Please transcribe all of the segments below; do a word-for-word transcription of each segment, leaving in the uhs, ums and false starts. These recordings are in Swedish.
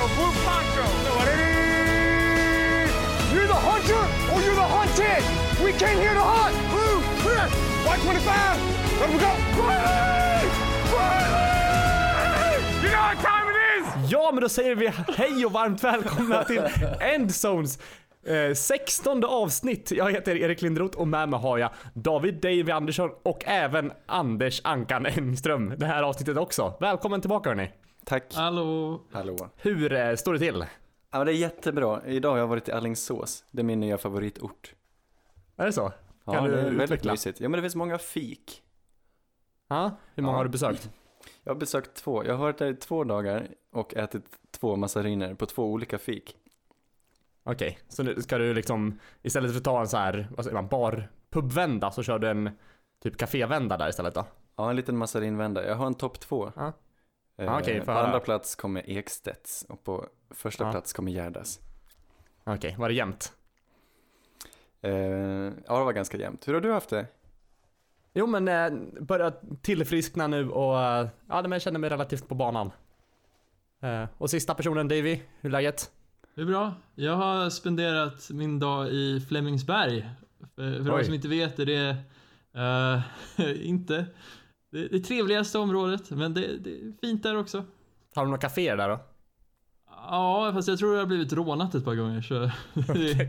Blue Poncho. You're the hunter or you're the hunted. We came here to hunt. Blue, clear. Y twenty-five. Let me go. Riley! Riley! You know what time it is? Ja, men då säger vi hej och varmt välkomna till Endzones eh, sextonde avsnitt. Jag heter Erik Lindroth och med mig har jag David Davy Andersson och även Anders Ankan Engström. Det här avsnittet också. Välkommen tillbaka hörni. Tack. Hallå. Hallå. Hur eh, står det till? Ja, det är jättebra. Idag har jag varit i Alingsås. Det är min nya favoritort. Är det så? Kan Ja, du det är väldigt utveckla? mysigt. Ja, men det finns många fik. Ja, hur många Ja. har du besökt? Jag har besökt två. Jag har varit där i två dagar och ätit två massariner på två olika fik. Okej, så nu ska du liksom istället för att ta en så här, vad säger man, bar pubvända så kör du en typ kafévända där istället då? Ja, en liten massarinvända. Jag har en topp två. Ja. Eh, Ja, okej, på får höra. andra plats kommer Ekstedts och på första Ja. plats kommer Gärdas. Okej, var det jämnt? Eh, ja, det var ganska jämnt. Hur har du haft det? Jo men eh, börjar tillfriskna nu och eh, ja, men jag känner mig relativt på banan. Eh, och sista personen Davy, hur är läget? Det är bra. Jag har spenderat min dag i Flemingsberg. För, för Oj. de som inte vet är det uh, inte det, det trevligaste området, men det, det är fint där också. Har du några kaféer där då? Ja, fast jag tror jag har blivit rånat ett par gånger. Så Okej.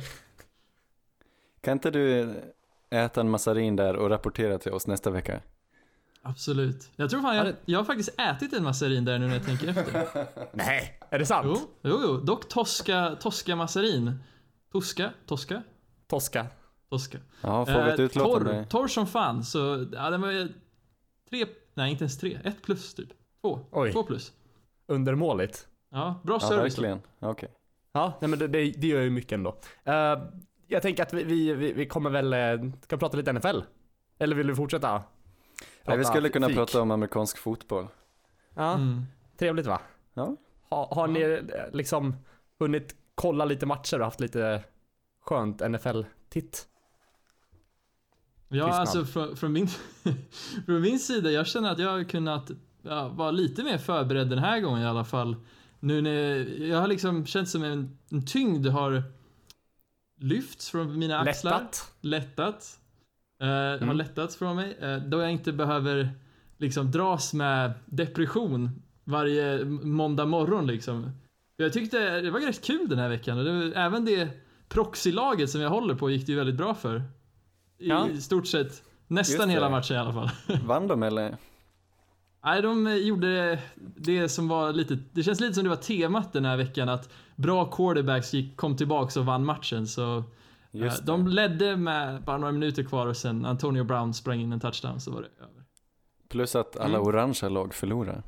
Kan inte du äta en massarin där och rapportera till oss nästa vecka? absolut. Jag tror fan Ja, jag, det- jag har faktiskt ätit en massarin där nu när jag tänker efter. Nej, är det sant? Jo, jo, jo. Dock Tosca, Tosca massarin. Tosca, Tosca, Tosca. Tosca. Ja, får vi ett Eh, utlåtande? torr, torr som fan. Så ja, den var ju tre, nej inte ens tre, ett plus typ. Två, Oj. två plus. Undermåligt. Ja, bra Ja, service. verkligen. Okej. Ja, nej, men det, det, det gör ju mycket ändå. Eh, jag tänker att vi, vi, vi, vi kommer väl eh, kan prata lite N F L. Eller vill du fortsätta? Nej, vi prata skulle kunna fik? prata om amerikansk fotboll. Ja, Mm. trevligt va? Ja. Ha, har ni eh, liksom hunnit kolla lite matcher och haft lite skönt N F L-titt? Ja, Tystnad. alltså från, från, min, från min sida, jag känner att jag har kunnat ja, vara lite mer förberedd den här gången i alla fall. Nu när jag har liksom känt som en, en tyngd har lyfts från mina axlar. Lättat? Lättat. Eh, Mm. Har lättats från mig. Eh, då jag inte behöver liksom dras med depression varje måndag morgon liksom. Jag tyckte det var rätt kul den här veckan. Och det var, även det proxylaget som jag håller på gick det ju väldigt bra för. I Ja. stort sett nästan Just det. hela matchen i alla fall. Vann de eller? Nej, de gjorde det som var lite, det känns lite som det var temat den här veckan, att bra quarterbacks gick, kom tillbaks och vann matchen. Så Just eh, de ledde med bara några minuter kvar och sen Antonio Brown sprang in en touchdown, så var det över. Plus att alla Mm. orangea lag förlorar.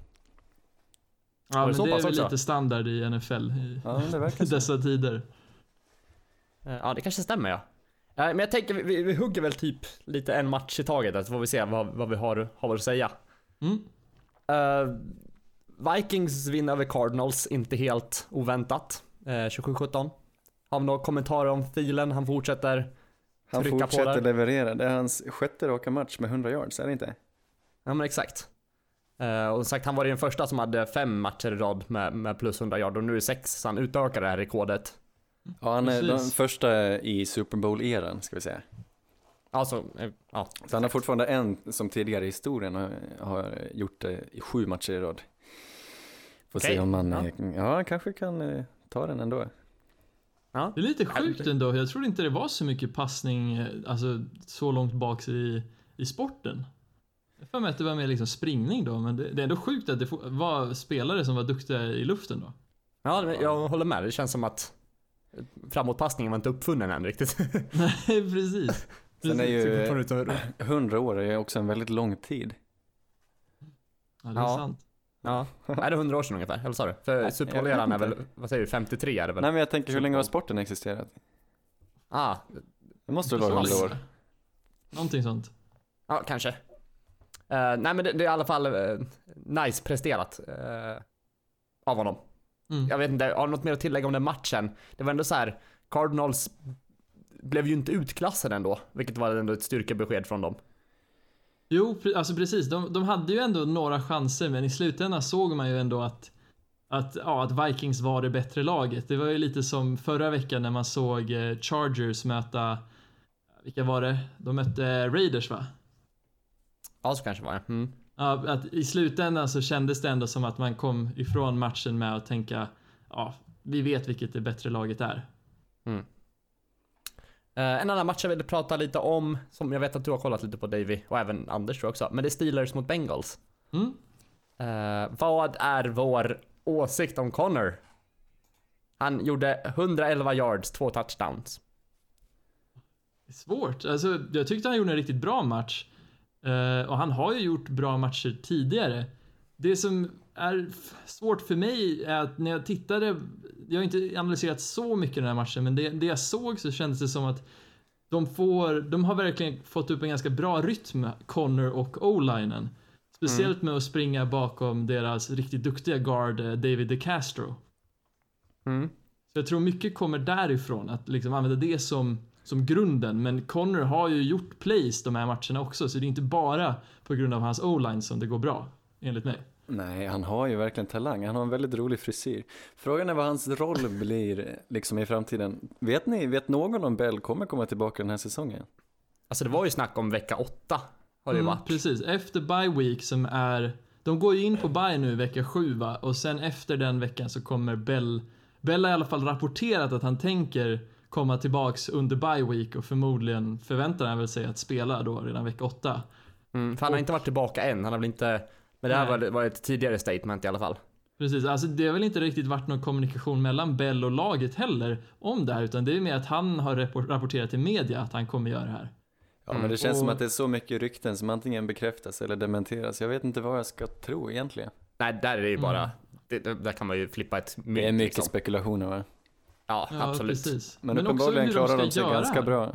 Ja, det men så det är pass väl också? lite standard i N F L i Ja, det verkar så. dessa tider. Eh, Ja, det kanske stämmer ja. Eh, Men jag tänker, vi, vi hugger väl typ lite en match i taget, så får vi se vad, vad vi har, har att säga. Mm. Eh, Vikings vinner över Cardinals, inte helt oväntat. Uh, tjugosju sjutton. Har vi några kommentarer om filen? Han fortsätter. Han Trycka på fortsätter där. leverera. Det är hans sjätte raka match med hundra yards, är det inte? Ja men exakt. Uh, och som sagt, han var den första som hade fem matcher i rad med, med plus hundra yard och nu är det sex, så han utökar det här rekordet. Ja, han är den Precis. första i Super Bowl-eran, ska vi säga. Alltså, eh, ja. Så han har fortfarande en som tidigare i historien har, har gjort det i sju matcher i rad. Får Okej, se om man ja. ja. ja, han kanske kan eh, ta den ändå. Ja. Det är lite sjukt ändå. Jag trodde inte det var så mycket passning, eh, alltså så långt bak i, i sporten. Jag får med att det var mer liksom springning då, men det, det är ändå sjukt att det få- var spelare som var duktiga i luften då. Ja, men jag håller med. Det känns som att framåtpassningen var inte uppfunnen än riktigt. Nej, precis. Sen är ju Från utan- hundra år är också en väldigt lång tid. Ja, det är Ja. sant. Ja, är det hundra år sedan ungefär? Eller sa du? För Nej, Super jag vet Bowl-eran är inte. väl, vad säger du, femtiotre är det väl? Nej, men jag tänker, hur Super länge har Bowl. sporten existerat? Ah, Det måste väl vara Så- hundra år. Någonting sånt. ja, kanske. Eh, nej, men det, det är i alla fall eh, nice presterat eh, av honom. Mm. Jag vet inte, har du något mer att tillägga om den matchen? Det var ändå så här, Cardinals blev ju inte utklassade ändå, vilket var ändå ett styrkebesked från dem. Jo, pre- alltså precis. De, de hade ju ändå några chanser, men i slutändan såg man ju ändå att att, ja, att Vikings var det bättre laget. Det var ju lite som förra veckan när man såg Chargers möta, vilka var det? De mötte Raiders, va? Ja, så kanske var det. Mm. Ja, att i slutändan så kändes det ändå som att man kom ifrån matchen med att tänka, ja, vi vet vilket det bättre laget är. Mm. Uh, en annan match jag vill prata lite om, som jag vet att du har kollat lite på, Davy, och även Anders tror också, men det är Steelers mot Bengals. Mm. Uh, vad är vår åsikt om Connor? Han gjorde hundraelva yards, två touchdowns. Det är svårt. Alltså, jag tyckte han gjorde en riktigt bra match. Uh, och han har ju gjort bra matcher tidigare. Det som är f- svårt för mig är att när jag tittade, jag har inte analyserat så mycket den här matchen, men det, det jag såg så kändes det som att de får, de har verkligen fått upp en ganska bra rytm, Connor och O-linen. Speciellt mm. med att springa bakom deras riktigt duktiga guard David DeCastro. Mm. Så jag tror mycket kommer därifrån, att liksom använda det som, som grunden. Men Connor har ju gjort plays de här matcherna också, så det är inte bara på grund av hans O-line som det går bra, enligt mig. Nej, han har ju verkligen talang. Han har en väldigt rolig frisyr. Frågan är vad hans roll blir liksom i framtiden. Vet ni, vet någon om Bell kommer komma tillbaka den här säsongen? Alltså det var ju snack om vecka åtta. Har det mm, varit. Precis, efter bye week som är... De går ju in på bye nu vecka sju, va? Och sen efter den veckan så kommer Bell... Bell har i alla fall rapporterat att han tänker komma tillbaks under bye week, och förmodligen förväntar han väl sig att spela då redan vecka åtta. Mm, för han har inte varit tillbaka än. Han har väl inte... Men det här var, var ett tidigare statement i alla fall. Precis, alltså det har väl inte riktigt varit någon kommunikation mellan Bell och laget heller om det här, utan det är mer att han har rapporterat till media att han kommer göra det här. Ja, men det känns och... som att det är så mycket rykten som antingen bekräftas eller dementeras. Jag vet inte vad jag ska tro egentligen. Nej, där är det ju bara... Mm. Det, där kan man ju flippa ett myt. Det är mycket liksom. spekulationer, va? Ja, Ja, absolut. precis. Men, men uppenbarligen klarar de sig göra ganska här. bra.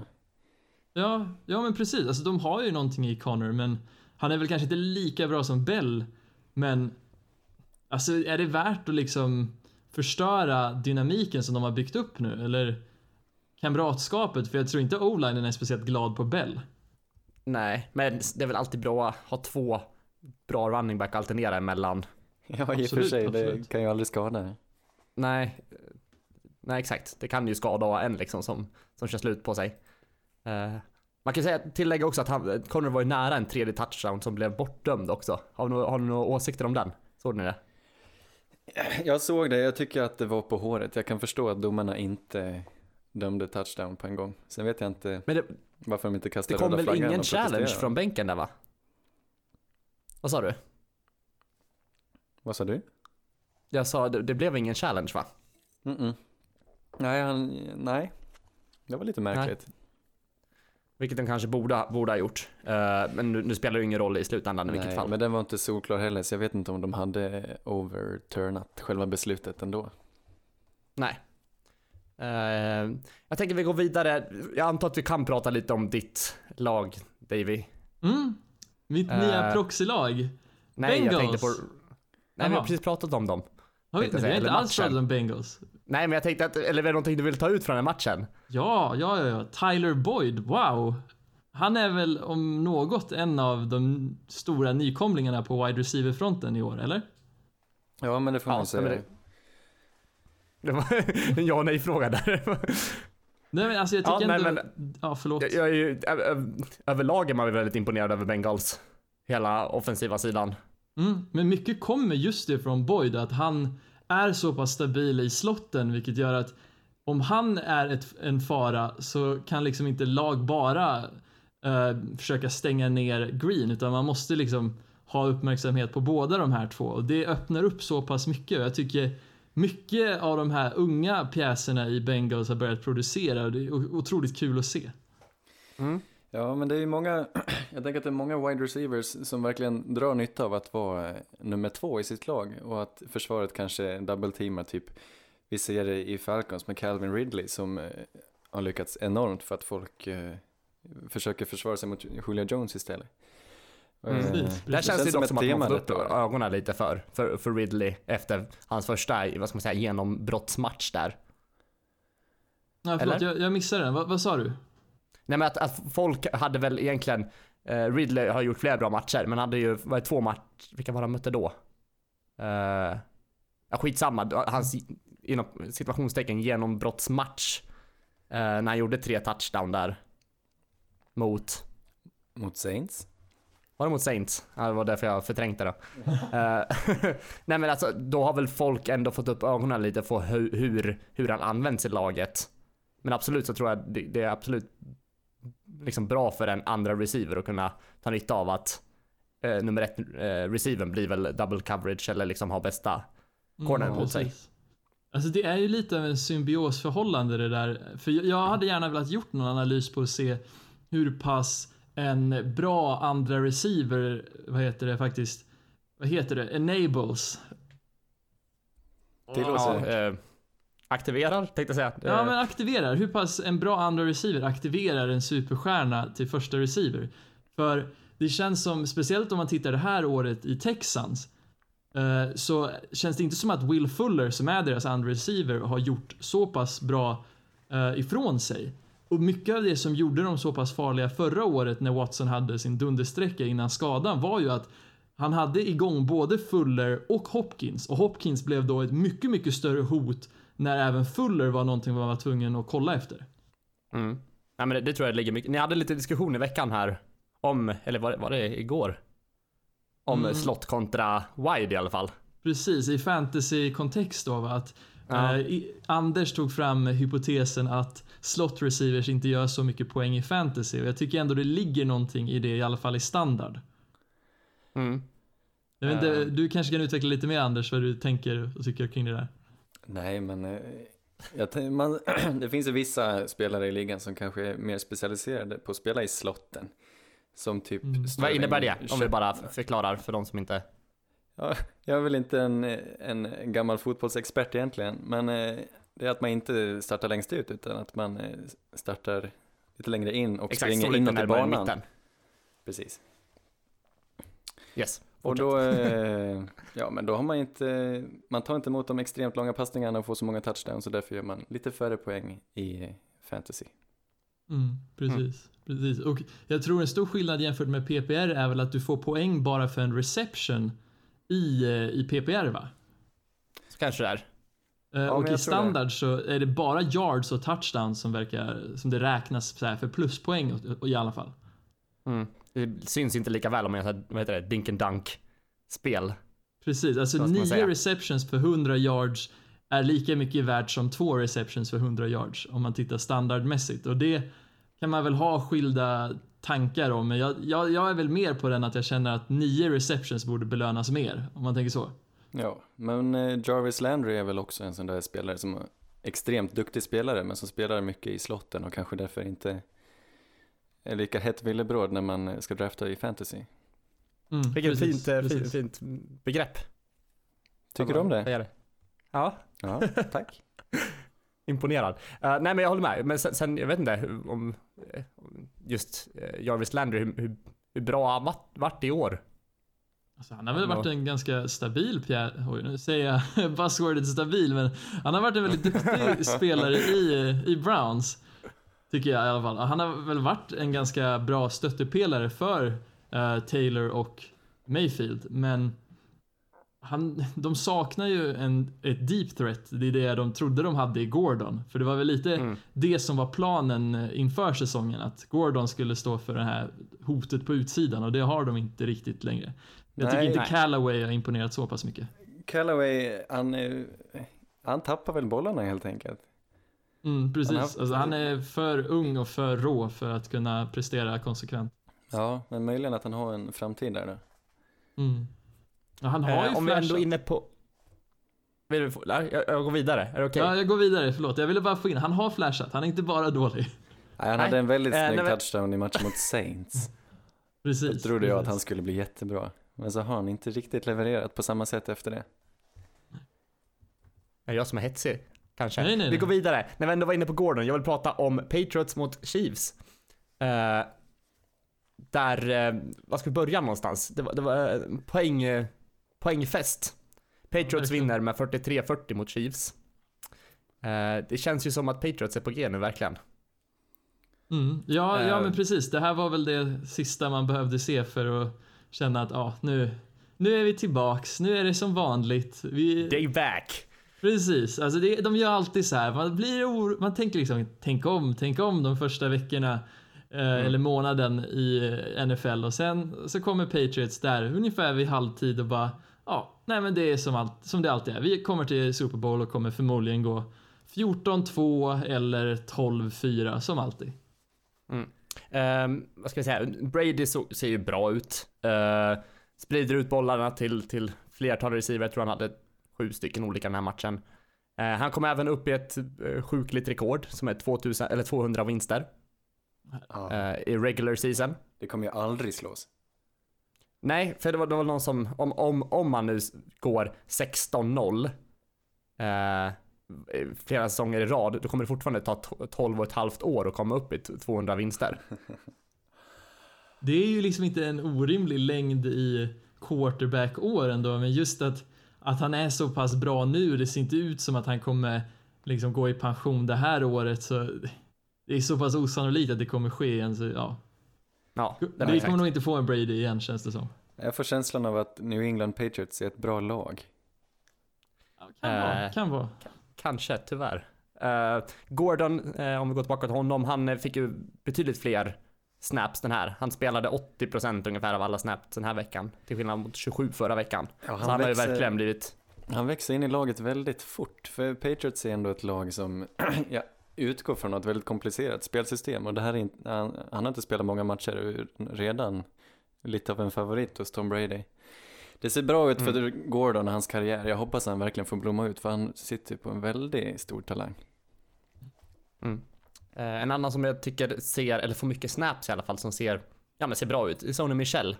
Ja, ja, men precis. Alltså de har ju någonting i Connor, men han är väl kanske inte lika bra som Bell. Men alltså, är det värt att liksom förstöra dynamiken som de har byggt upp nu? Eller kamratskapet? För jag tror inte O-linen är speciellt glad på Bell. Nej, men det är väl alltid bra att ha två bra running back alternera emellan. Ja, i och för Absolut, sig, absolut. det kan ju aldrig skada. Nej, nej exakt. Det kan ju skada en liksom som, som kör slut på sig. Uh, man kan säga, tillägga också att han, Connor var ju nära en tredje touchdown som blev bortdömd också. Har ni, har ni några åsikter om den? Såg ni det? Jag såg det, jag tycker att det var på håret. Jag kan förstå att domarna inte dömde touchdown på en gång. Sen vet jag inte Men det, varför de inte det kastade kom röda väl flaggan ingen och challenge protesterade. från bänken där, va? Vad sa du? Vad sa du? Jag sa, det, det blev ingen challenge, va? Mm-mm. Nej, han, nej. Det var lite märkligt. Nej. Vilket de kanske borde, borde ha gjort. Uh, men nu, nu spelar det ju ingen roll i slutändan i vilket Nej, fall. men den var inte solklar heller, så jag vet inte om de hade overturnat själva beslutet ändå. Nej. Uh, jag tänker vi går vidare. Jag antar att vi kan prata lite om ditt lag, Davy. Mm. Mitt Uh, nya proxylag. Nej, Bengals. jag tänkte på... Nej, vi har Jaha. precis pratat om dem. Har vi, tänkte vi säga, har inte eller alls matchen. pratat om Bengals. Nej, men jag tänkte att... Eller är det någonting du vill ta ut från den matchen? Ja, ja, ja, ja. Tyler Boyd, wow. Han är väl om något en av de stora nykomlingarna på wide receiver-fronten i år, eller? Ja, men det får man Ja, säga. men det- Det var en ja och nej-fråga där. Nej, men alltså jag Ja, tycker nej, ändå... men- Ja, förlåt. Jag, jag är ju, ö, ö, överlag är man väldigt imponerad över Bengals. Hela offensiva sidan. Mm, men mycket kommer just det från Boyd, att han är så pass stabil i slotten, vilket gör att om han är ett, en fara så kan liksom inte lag bara eh, försöka stänga ner Green, utan man måste liksom ha uppmärksamhet på båda de här två, och det öppnar upp så pass mycket. Jag tycker mycket av de här unga pjäserna i Bengals har börjat producera, och det är otroligt kul att se. Mm. Ja, men det är ju många, jag tänker att det är många wide receivers som verkligen drar nytta av att vara eh, nummer två i sitt lag, och att försvaret kanske double-teamar, typ vi ser det i Falcons med Calvin Ridley som eh, har lyckats enormt för att folk eh, försöker försvara sig mot Julio Jones istället. Mm. Eh, Precis, Där känns det som dock ett som att man tema får upp detta år. ögonen lite för, för, för Ridley efter hans första, vad ska man säga, genombrottsmatch där. Ja, förlåt, Eller? jag, jag missade den. Va, vad sa du? Nej, men att, att folk hade väl egentligen, eh, Ridley har gjort flera bra matcher, men hade ju, var det två matcher, vilka var han mötte då? Eh, ja, skitsamma, hans inom situationstecken genombrottsmatch eh, när han gjorde tre touchdown där mot Mot Saints. Var det mot Saints? Ja, det var därför jag förträngte det. uh, Nej men alltså, då har väl folk ändå fått upp ögonen lite för hur, hur, hur han används i laget. Men absolut så tror jag det, det är absolut liksom bra för en andra receiver att kunna ta nytta av att uh, nummer ett uh, receivern blir väl double coverage eller liksom har bästa corner Mm, mot sig. precis. Alltså det är ju lite av en symbiosförhållande det där. För jag- jag hade gärna velat gjort någon analys på att se hur pass en bra andra receiver, vad heter det faktiskt, vad heter det, enables. Det låter... Ja, uh, aktiverar tänkte jag säga. Ja Uh, men aktiverar, hur pass en bra andra receiver aktiverar en superstjärna till första receiver. För det känns som, speciellt om man tittar det här året i Texans, eh, så känns det inte som att Will Fuller som är deras andra receiver har gjort så pass bra eh, ifrån sig. Och mycket av det som gjorde dem så pass farliga förra året när Watson hade sin dundersträcka innan skadan var ju att han hade igång både Fuller och Hopkins. Och Hopkins blev då ett mycket, mycket större hot när även Fuller var någonting man var tvungen att kolla efter. mm. Ja, men det, det tror jag ligger mycket. Ni hade lite diskussion i veckan här om, eller var det, var det igår? Om Mm. slot kontra wide i alla fall. Precis, i fantasy-kontext då va? Att Ja. eh, i, Anders tog fram hypotesen att slot receivers inte gör så mycket poäng i fantasy. Och jag tycker ändå det ligger någonting i det, i alla fall i standard. Mm. Jag vet inte, Eh. du kanske kan utveckla lite mer Anders vad du tänker och tycker kring det där. Nej, men eh, jag tänk- man, det finns ju vissa spelare i ligan som kanske är mer specialiserade på att spela i slotten. Som typ... Mm. Vad Sterling innebär det? Om vi Shep- bara förklarar för de som inte... Ja, jag är väl inte en, en gammal fotbollsexpert egentligen, men eh, det är att man inte startar längst ut utan att man eh, startar lite längre in och Exakt, springer står lite inåt i närmare banan. mitten. Precis. Yes. Och då, eh, ja men då har man inte, man tar inte emot de extremt långa passningarna och får så många touchdowns, så därför gör man lite färre poäng i fantasy. Mm, precis, precis. Och jag tror en stor skillnad jämfört med P P R är väl att du får poäng bara för en reception i, eh, i P P R va? Så kanske det är. Eh, och men i jag tror standard så är det bara yards och touchdowns som verkar som det räknas så här för pluspoäng och, och i alla fall. Mm. Det syns inte lika väl om jag säger, vad heter det, dink and dunk spel. Precis, alltså Vad ska man nio säga? receptions för hundra yards är lika mycket värt som två receptions för hundra yards om man tittar standardmässigt. Och det kan man väl ha skilda tankar om, men jag, jag, jag är väl mer på den att jag känner att nio receptions borde belönas mer, om man tänker så. Ja, men eh, Jarvis Landry är väl också en sån där spelare som är extremt duktig spelare, men som spelar mycket i slotten och kanske därför inte är lika hett villebråd när man ska drafta i fantasy. Mm, Vilket precis, fint, eh, precis. fint, fint begrepp. Tycker du om det? Vad är det? Ja, Ja, tack. imponerad. Uh, nej men jag håller med. Men sen, sen jag vet inte hur- om eh, om just uh, Jarvis Landry, hur, hur, hur bra han varit, varit i år. Alltså, han har väl varit en ganska stabil Pierre. Oj, nu säger jag buzzwordet stabil, men han har varit en väldigt duktig spelare i, i Browns. Tycker jag i alla fall. Han har väl varit en ganska bra stöttepelare för eh, Taylor och Mayfield, men han, de saknar ju en, ett deep threat. Det är det de trodde de hade i Gordon. För det var väl lite Mm. det som var planen inför säsongen, att Gordon skulle stå för det här hotet på utsidan, och det har de inte riktigt längre. Jag tycker Nej, inte nej. Callaway har imponerat så pass mycket. Callaway, han, eh, han tappar väl bollarna helt enkelt. Mm, precis. Han har Han, haft- alltså, han är för ung och för rå för att kunna prestera konsekvent. Ja, men möjligen att han har en framtid där då. Mm. Ja, han har ju Eh, om vi ändå flashat. är inne på... Vill du få, nej, jag, jag går vidare, är det okej? Ja, jag går vidare, förlåt. Jag ville bara få in, han har flashat. Han är inte bara dålig. Nej, han Nej. hade en väldigt Eh, snygg nej, men- touchdown i matchen mot Saints. Precis. Då trodde jag att precis. han skulle bli jättebra. Men så har han inte riktigt levererat på samma sätt efter det. Är det jag som är hetsig? Kanske. Nej, nej, Vi nej. går vidare. När vi ändå var inne på Gordon, jag vill prata om Patriots mot Chiefs. Eh, där, eh, vad ska vi börja någonstans? Det var, det var eh, poäng, eh, poängfest. Patriots verkligen. vinner med fyrtiotre fyrtio mot Chiefs. Eh, det känns ju som att Patriots är på G nu, verkligen. Mm. Ja, ja, Eh. men precis. Det här var väl det sista man behövde se för att känna att ja, nu, nu är vi tillbaks, nu är det som vanligt. Vi... Day back. Precis, alltså det, de gör alltid så här. Man blir or... man tänker liksom, tänk om, tänk om de första veckorna eh, mm. eller månaden i N F L och sen så kommer Patriots där ungefär vid halvtid och bara, ja, nej men det är som, allt, som det alltid är. Vi kommer till Super Bowl och kommer förmodligen gå fjorton två eller tolv fyra som alltid. Mm. Um, vad ska vi säga? Brady så, ser ju bra ut. Uh, sprider ut bollarna till, till flertal receiver. Jag tror han hade sju stycken olika den här matchen. Uh, han kom även upp i ett uh, sjukligt rekord som är tvåtusen, eller tvåhundra vinster ja. uh, i regular season. Det kommer ju aldrig slås. Nej, för det var, det var någon som, om, om, om man nu går sexton noll uh, flera säsonger i rad, då kommer det fortfarande ta tolv och ett halvt år att komma upp i tvåhundra vinster. Det är ju liksom inte en orimlig längd i quarterback-år ändå, men just att, att han är så pass bra nu, det ser inte ut som att han kommer liksom gå i pension det här året, så det är så pass osannolikt att det kommer ske igen, så ja. Ja, det vi kommer nog inte få en Brady igen, känns det som. Jag får känslan av att New England Patriots är ett bra lag. Ja, kan uh, vara, kan vara. Kanske, tyvärr. Uh, Gordon, uh, om vi går tillbaka till honom, han fick ju betydligt fler snaps den här. Han spelade åttio procent ungefär av alla snaps den här veckan, till skillnad mot tjugosju förra veckan. Ja, han så han växer, har ju verkligen blivit... Han växer in i laget väldigt fort, för Patriots är ändå ett lag som ja, utgår från ett väldigt komplicerat spelsystem, och det här är inte, han, han har inte spelat många matcher redan, lite av en favorit hos Tom Brady. Det ser bra ut för mm. Gordon och hans karriär. Jag hoppas han verkligen får blomma ut, för han sitter på en väldigt stor talang. Mm. Eh, en annan som jag tycker ser, eller får mycket snaps i alla fall, som ser, ja, men ser bra ut, Sony Michel.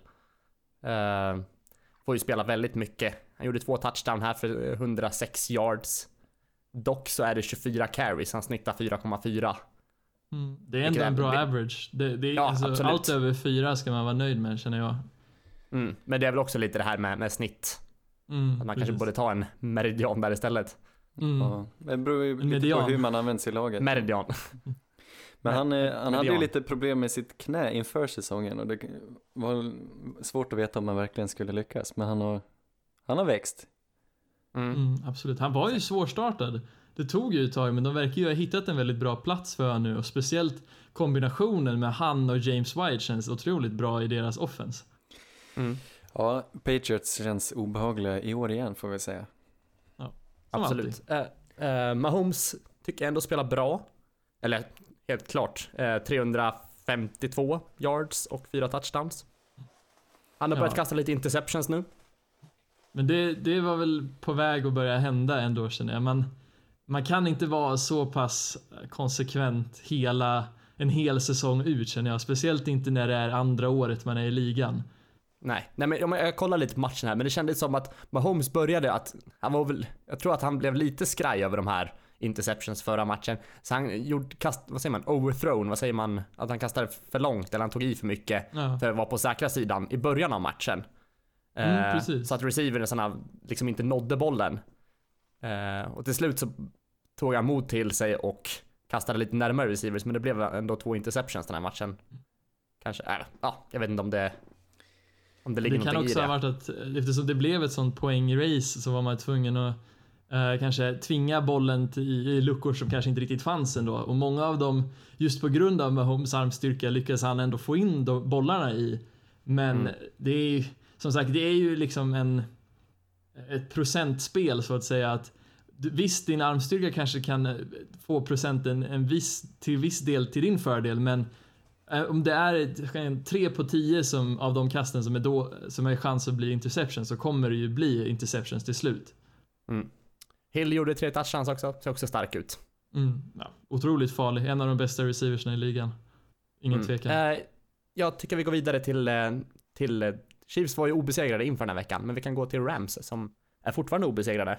Eh, får ju spela väldigt mycket. Han gjorde två touchdown här för hundrasex yards. Dock så är det tjugofyra carries, han snittar fyra komma fyra. Mm. Det är ändå en bra average. Det, det är, ja, alltså, allt över fyra ska man vara nöjd med, känner jag. Mm, men det är väl också lite det här med, med snitt. Mm, att man precis. kanske borde ta en meridian där istället. Mm. Ja, det beror ju lite på hur man används i laget. Meridian. Men han, han hade ju lite problem med sitt knä inför säsongen, och det var svårt att veta om man verkligen skulle lyckas. Men han har, han har växt. Mm. Mm, absolut. Han var ju svårstartad. Det tog ju ett tag, men de verkar ju ha hittat en väldigt bra plats för honom nu. Och speciellt kombinationen med han och James White känns otroligt bra i deras offense. Mm. Ja, Patriots känns obehagliga i år igen, får vi säga. Ja, absolut. Uh, uh, Mahomes tycker jag ändå spelar bra. Eller helt klart. Uh, trehundrafemtiotvå yards och fyra touchdowns. Han har börjat ja. kasta lite interceptions nu. Men det, det var väl på väg att börja hända ändå, känner jag. Man, man kan inte vara så pass konsekvent hela, en hel säsong ut, känner jag. Speciellt inte när det är andra året man är i ligan. Nej, nej men jag kollar lite på matchen här, men det kändes som att Mahomes började att han var väl, jag tror att han blev lite skraj över de här interceptions förra matchen. Så han gjorde kast, vad säger man, overthrown, vad säger man, att han kastade för långt eller han tog i för mycket ja. för att vara på säkra sidan i början av matchen. Mm, eh, så att receiverna liksom inte nådde bollen. Eh, och till slut så tog han mod till sig och kastade lite närmare receivers, men det blev ändå två interceptions den här matchen. Kanske, äh, ja, jag vet inte om det Om det, det kan också ha varit att eftersom det blev ett sånt poängrace så var man tvungen att eh, kanske tvinga bollen till, i luckor som kanske inte riktigt fanns ändå. Och många av dem, just på grund av Mahomes armstyrka, lyckas han ändå få in de, bollarna i. Men mm. det är ju, som sagt, det är ju liksom en ett procentspel så att säga, att visst, din armstyrka kanske kan få procenten en viss, till viss del till din fördel, men om det är ett, tre på tio som, av de kasten som är, då, som är chans att bli interception, så kommer det ju bli interceptions till slut. Mm. Hill gjorde tre touchdowns också, ser också stark ut. Mm, ja, otroligt farlig, en av de bästa receiversna i ligan. Ingen mm. tvekan. Eh, jag tycker vi går vidare till, till Chiefs var ju obesegrade inför den här veckan, men vi kan gå till Rams som är fortfarande obesegrade.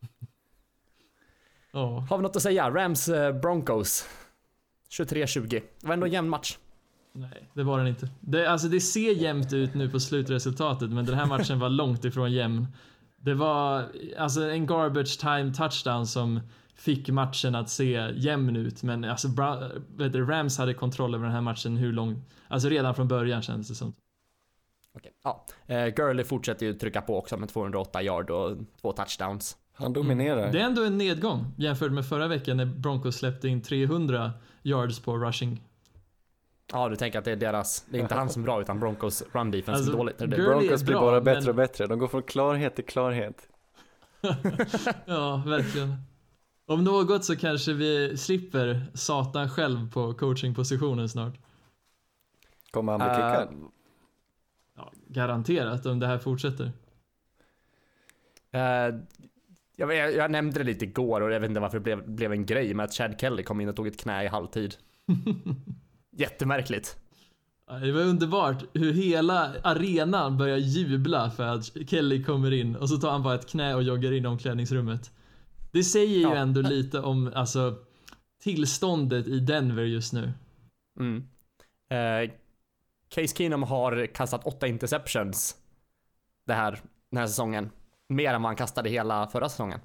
Oh. Har vi något att säga? Rams Broncos tjugotre tjugo. Det var ändå en jämn match. Nej, det var den inte. Det, alltså det ser jämnt ut nu på slutresultatet, men den här matchen var långt ifrån jämn. Det var alltså en garbage time touchdown som fick matchen att se jämn ut, men alltså vet du, Rams hade kontroll över den här matchen hur långt, alltså redan från början kändes det som. Okej, ja. Eh, Gurley fortsätter ju trycka på också med tvåhundraåtta yard och två touchdowns. Han dominerar. Mm. Det är ändå en nedgång jämfört med förra veckan när Broncos släppte in trehundra yards på rushing. Ja, du tänker att det är deras, det är inte han som är bra utan Broncos run defense Alltså, är dåligt. Är det? Gurley Broncos är blir bra, bara bättre men- och bättre. De går från klarhet till klarhet. Ja, verkligen. Om något så kanske vi slipper Satan själv på coachingpositionen snart. Kommer han bli Eh, kickad? Ja, garanterat om det här fortsätter. eh, jag, jag, jag nämnde det lite igår och jag vet inte varför det blev, blev en grej med att Chad Kelly kom in och tog ett knä i halvtid. Jättemärkligt. Ja, det var underbart hur hela arenan börjar jubla för att Kelly kommer in och så tar han bara ett knä och joggar in i omklädningsrummet. Det säger ju Ja. ändå lite om alltså, tillståndet i Denver just nu. Mm. Eh, Case Keenum har kastat åtta interceptions det här, den här säsongen. Mer än vad han kastade hela förra säsongen.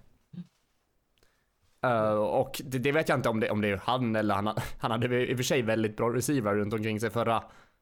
Uh, och det, det vet jag inte om det, om det är han eller han, han hade i och för sig väldigt bra receiver runt omkring sig förra,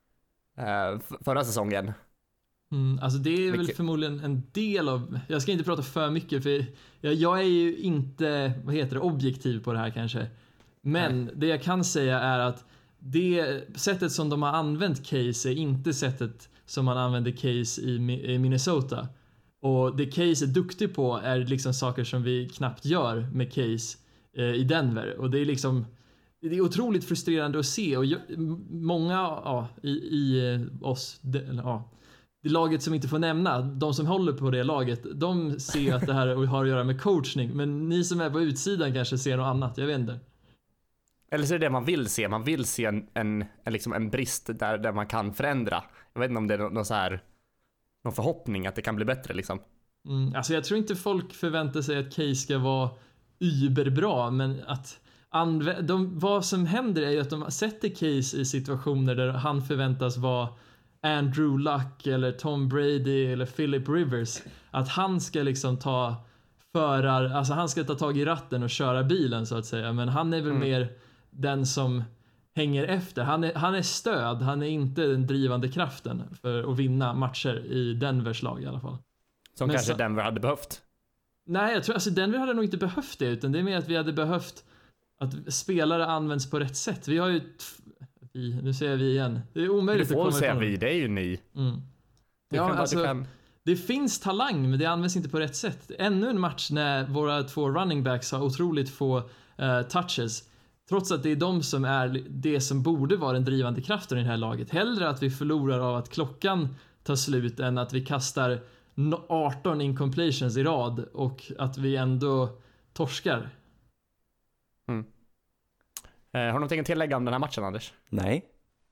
uh, f- förra säsongen. Mm, alltså det är väl Vilket- förmodligen en del av, jag ska inte prata för mycket för jag, jag är ju inte, vad heter det, objektiv på det här kanske. Men Nej. det jag kan säga är att det sättet som de har använt Case är inte sättet som man använder Case i, Mi- i Minnesota. Och det Case är duktig på är liksom saker som vi knappt gör med Case eh, i Denver. Och det är liksom, det är otroligt frustrerande att se och jag, m- många ja, i, i eh, oss, de, eller, ja, det laget som inte får nämna, de som håller på det laget, de ser att det här har att göra med coachning. Men ni som är på utsidan kanske ser något annat, jag vet inte. Eller så är det det man vill se. Man vill se en, en, en, liksom en brist där, där man kan förändra. Jag vet inte om det är någon, någon så här någon förhoppning att det kan bli bättre liksom. Mm, alltså jag tror inte folk förväntar sig att Case ska vara überbra, men att anvä- de, vad som händer är ju att de sätter Case i situationer där han förväntas vara Andrew Luck eller Tom Brady eller Philip Rivers. Att han ska liksom ta förar, alltså han ska ta tag i ratten och köra bilen så att säga, men han är väl Mm. mer den som hänger efter. Han är, han är stöd, han är inte den drivande kraften för att vinna matcher i Denvers lag i alla fall. Som Men kanske så- Denver hade behövt. Nej, jag tror alltså Denver hade nog inte behövt det, utan det är mer att vi hade behövt att spelare används på rätt sätt. Vi har ju t- vi, nu säger vi igen. Det är Du omöjligt att får komma säga ifrån. vi, det är ju ni. Mm. Du Ja, kan, bara- alltså, du kan, det finns talang, men det används inte på rätt sätt. Ännu en match när våra två running backs har otroligt få uh, touches. Trots att det är de som är det som borde vara den drivande kraften i det här laget. Hellre att vi förlorar av att klockan tar slut än att vi kastar no- arton incompletions i rad och att vi ändå torskar. eh, har du någonting att tillägga om den här matchen, Anders? Nej.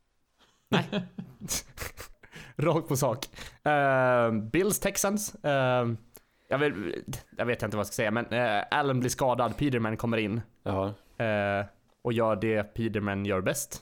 Rakt på sak. Uh, Bills Texans. Uh, jag, vet, jag vet inte vad jag ska säga, men uh, Allen blir skadad. Peterman kommer in Jaha. uh, och gör det Peterman gör bäst.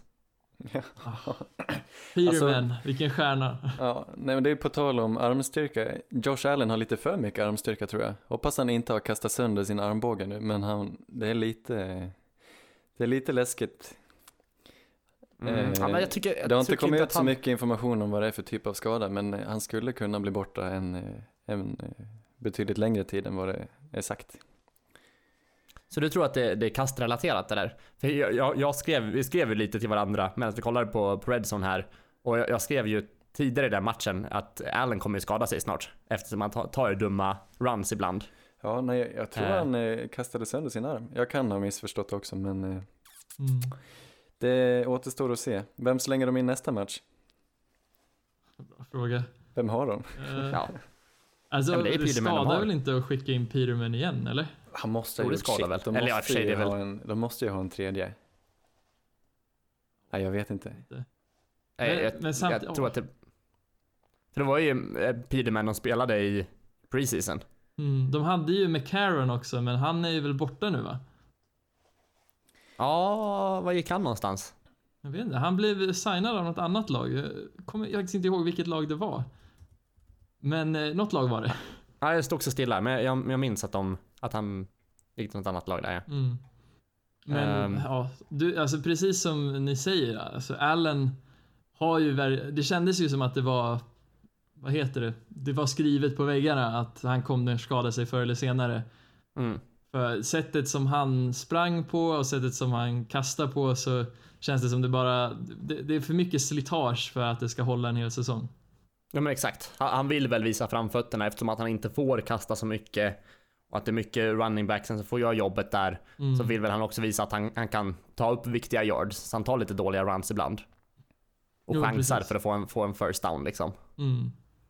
Peterman, vilken stjärna. Ja, nej men det är på tal om armstyrka. Josh Allen har lite för mycket armstyrka tror jag. Hoppas han inte har kastat sönder sin armbåge nu, men han, det är lite, det är lite läskigt. Mm. Eh, ja, men jag tycker, jag Det har inte tycker kommit att ut så han- mycket information om vad det är för typ av skada, men eh, han skulle kunna bli borta en, eh, en eh, betydligt längre tid än vad det är sagt. Så du tror att det, det är kastrelaterat det där? För jag, jag, jag skrev, vi skrev ju lite till varandra medan vi kollade på, på Redzone här. Och jag, jag skrev ju tidigare i den matchen att Allen kommer ju skada sig snart. Eftersom han tar, tar ju dumma runs ibland. Ja, nej, jag, jag tror Eh. han eh, kastade sönder sin arm. Jag kan ha missförstått också, men eh, Mm. det återstår att se. Vem slänger de in nästa match? Bra fråga. Vem har de? Uh, Ja. Alltså, Ja, men det det, är Peterman de skadar har. väl inte att skicka in Peterman igen, eller? Han måste Jo, ha det gjort skadar shit. väl. De Eller ja, i och måste för sig, ju det är väl- ha en, de måste ju ha en tredje. Nej, jag vet inte. Nej, Men- jag, men samt- jag tror att det... För det var ju eh, Peterman de spelade i preseason. Mm, de hade ju McCarron också, men han är ju väl borta nu va? Ja, var gick han någonstans? Jag vet inte, han blev signad av något annat lag. Jag kommer jag inte ihåg vilket lag det var. Men eh, något lag var det. Ja, jag stod också stilla, men jag, jag minns att, de, att han gick till något annat lag där. Ja. Mm. Men Ehm. ja, du, alltså precis som ni säger, alltså Allen har ju, ver- det kändes ju som att det var vad heter det? Det var skrivet på väggarna att han kommer skada sig förr eller senare. Mm. För sättet som han sprang på och sättet som han kastar på, så känns det som det bara det, det är för mycket slitage för att det ska hålla en hel säsong. Ja men exakt. Han vill väl visa framfötterna eftersom att han inte får kasta så mycket och att det är mycket running backs som får göra jobbet där. Mm. Så vill väl han också visa att han, han kan ta upp viktiga yards. Så han tar lite dåliga runs ibland. Och jo, chansar precis. För att få en, få en first down liksom. Mm.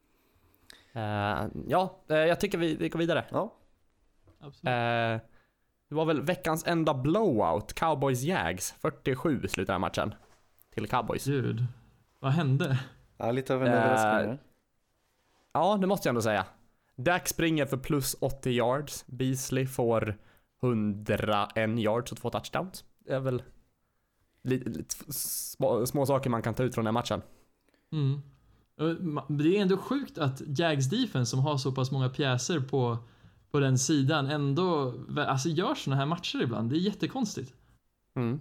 Uh, ja, uh, jag tycker vi, vi går vidare. Ja. Absolut. Uh, det var väl veckans enda blowout. Cowboys-Jags. fyrtiosju slutade matchen. Till Cowboys. Gud, vad hände? Ja, lite av en överraskning. Uh, ja, det måste jag ändå säga. Dak springer för plus åttio yards. Beasley får hundraen yards och två touchdowns. Det är väl lite, lite små, små saker man kan ta ut från den matchen. Mm. Det är ändå sjukt att Jags defense, som har så pass många pjäser på, på den sidan, ändå alltså gör såna här matcher ibland. Det är jättekonstigt. Mm.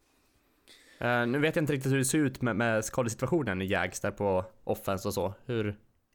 Uh, nu vet jag inte riktigt hur det ser ut med, med skadesituationen i Jags där på offense och så. Hur...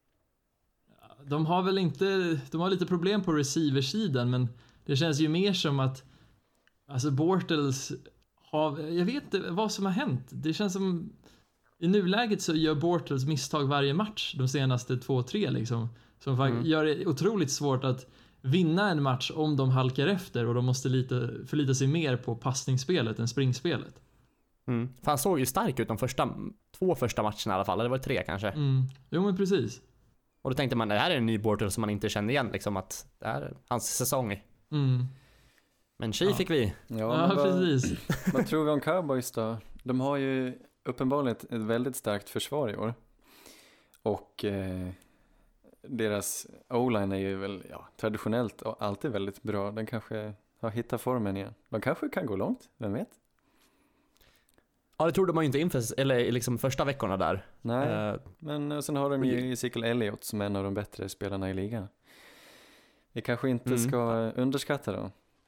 De har väl inte, de har lite problem på receiversidan, men det känns ju mer som att alltså Bortles har, jag vet inte vad som har hänt. Det känns som i nuläget så gör Bortles misstag varje match de senaste två, tre liksom. Som faktiskt mm. gör det otroligt svårt att vinna en match om de halkar efter och de måste lite, förlita sig mer på passningsspelet än springspelet. Mm. För han såg ju stark ut de första, två första matcherna i alla fall. Det var tre kanske. Mm. Jo men precis. Och då tänkte man, det här är en ny Bortles som man inte kände igen liksom, att det här är hans säsong. Mm. Men tji ja. fick vi. Ja, ja vad, precis. Vad tror vi om Cowboys då? De har ju uppenbarligen ett, ett väldigt starkt försvar i år. Och eh, deras O-line är ju väl ja, traditionellt och alltid väldigt bra. Den kanske har hittat formen igen. De kanske kan gå långt, vem vet? Ja, det trodde man ju inte inför eller liksom första veckorna där. Nej, uh, men sen har de ju Ezekiel Elliott som är en av de bättre spelarna i ligan. Vi kanske inte mm. ska underskatta dem.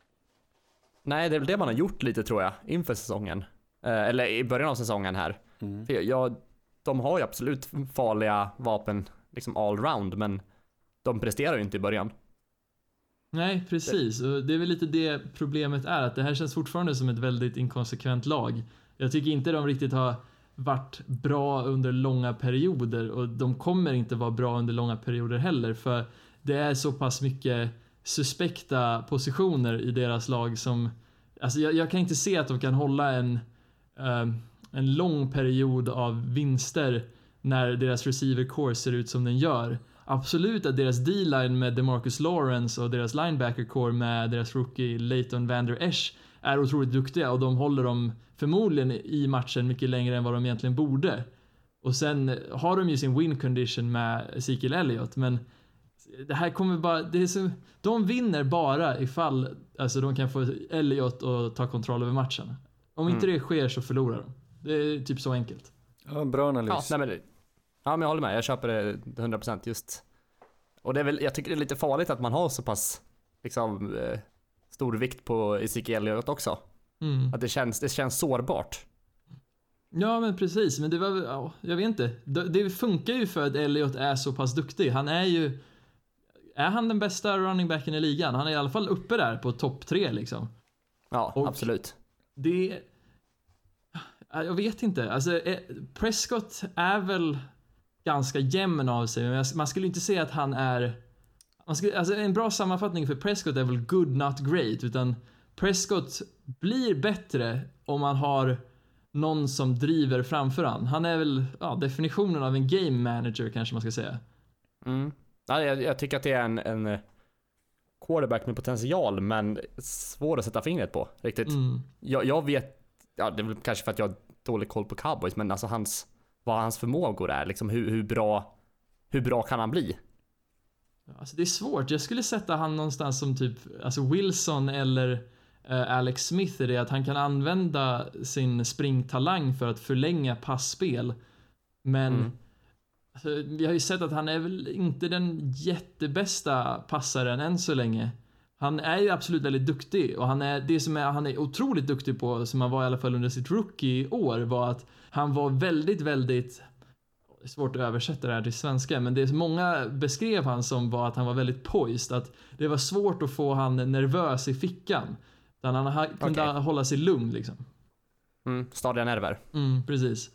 Nej, det är väl det man har gjort lite tror jag inför säsongen. Uh, eller i början av säsongen här. Mm. För jag, de har ju absolut farliga vapen liksom all round, men de presterar ju inte i början. Nej, precis. Och det är väl lite det problemet är, att det här känns fortfarande som ett väldigt inkonsekvent lag. Jag tycker inte de riktigt har varit bra under långa perioder, och de kommer inte vara bra under långa perioder heller, för det är så pass mycket suspekta positioner i deras lag som, alltså jag, jag kan inte se att de kan hålla en uh, en lång period av vinster när deras receiver core ser ut som den gör. Absolut att deras D-line med DeMarcus Lawrence och deras linebacker core med deras rookie Leighton Vander Esch är otroligt duktiga, och de håller dem förmodligen i matchen mycket längre än vad de egentligen borde. Och sen har de ju sin win condition med Ezekiel Elliott, men det här kommer bara, det är så, de vinner bara ifall alltså de kan få Elliott att ta kontroll över matchen. Om inte mm. det sker så förlorar de. Det är typ så enkelt. Ja, bra analys. Ja, nej, men, ja, men jag håller med. Jag köper det hundra procent just. Och det är väl, jag tycker det är lite farligt att man har så pass liksom eh, stor vikt på Ezekiel Elliott också. Mm. Att det känns, det känns sårbart. Ja, men precis. Men det var, ja, jag vet inte. Det, det funkar ju för att Elliott är så pass duktig. Han är ju, är han den bästa running backen i ligan? Han är i alla fall uppe där på topp tre liksom. Ja, och absolut. Det, jag vet inte. Alltså, Prescott är väl ganska jämn av sig, men man skulle inte säga att han är, man skulle, alltså en bra sammanfattning för Prescott är väl good not great, utan Prescott blir bättre om man har någon som driver framför han. Han är väl ja, definitionen av en game manager kanske man ska säga. Mm. Ja, jag, jag tycker att det är en, en quarterback med potential, men svår att sätta fingret på riktigt. Mm. Jag, jag vet, ja, det är väl kanske för att jag har dålig koll på Cowboys, men alltså hans, vad hans förmågor är, liksom hur, hur bra hur bra kan han bli? Alltså det är svårt. Jag skulle sätta han någonstans som typ alltså Wilson eller uh, Alex Smith, är det att han kan använda sin springtalang för att förlänga passspel. Men mm. alltså, vi har ju sett att han är väl inte den jättebästa passaren än så länge. Han är ju absolut väldigt duktig, och han är det som är han är otroligt duktig på, som han var i alla fall under sitt rookie-år, var att han var väldigt väldigt Det är svårt att översätta det här till svenska, men det är många beskrev han som var att han var väldigt poised, att det var svårt att få han nervös i fickan. Utan han ha, kunde Okej. hålla sig lugn liksom. Mm, stadiga nerver. Mm, precis.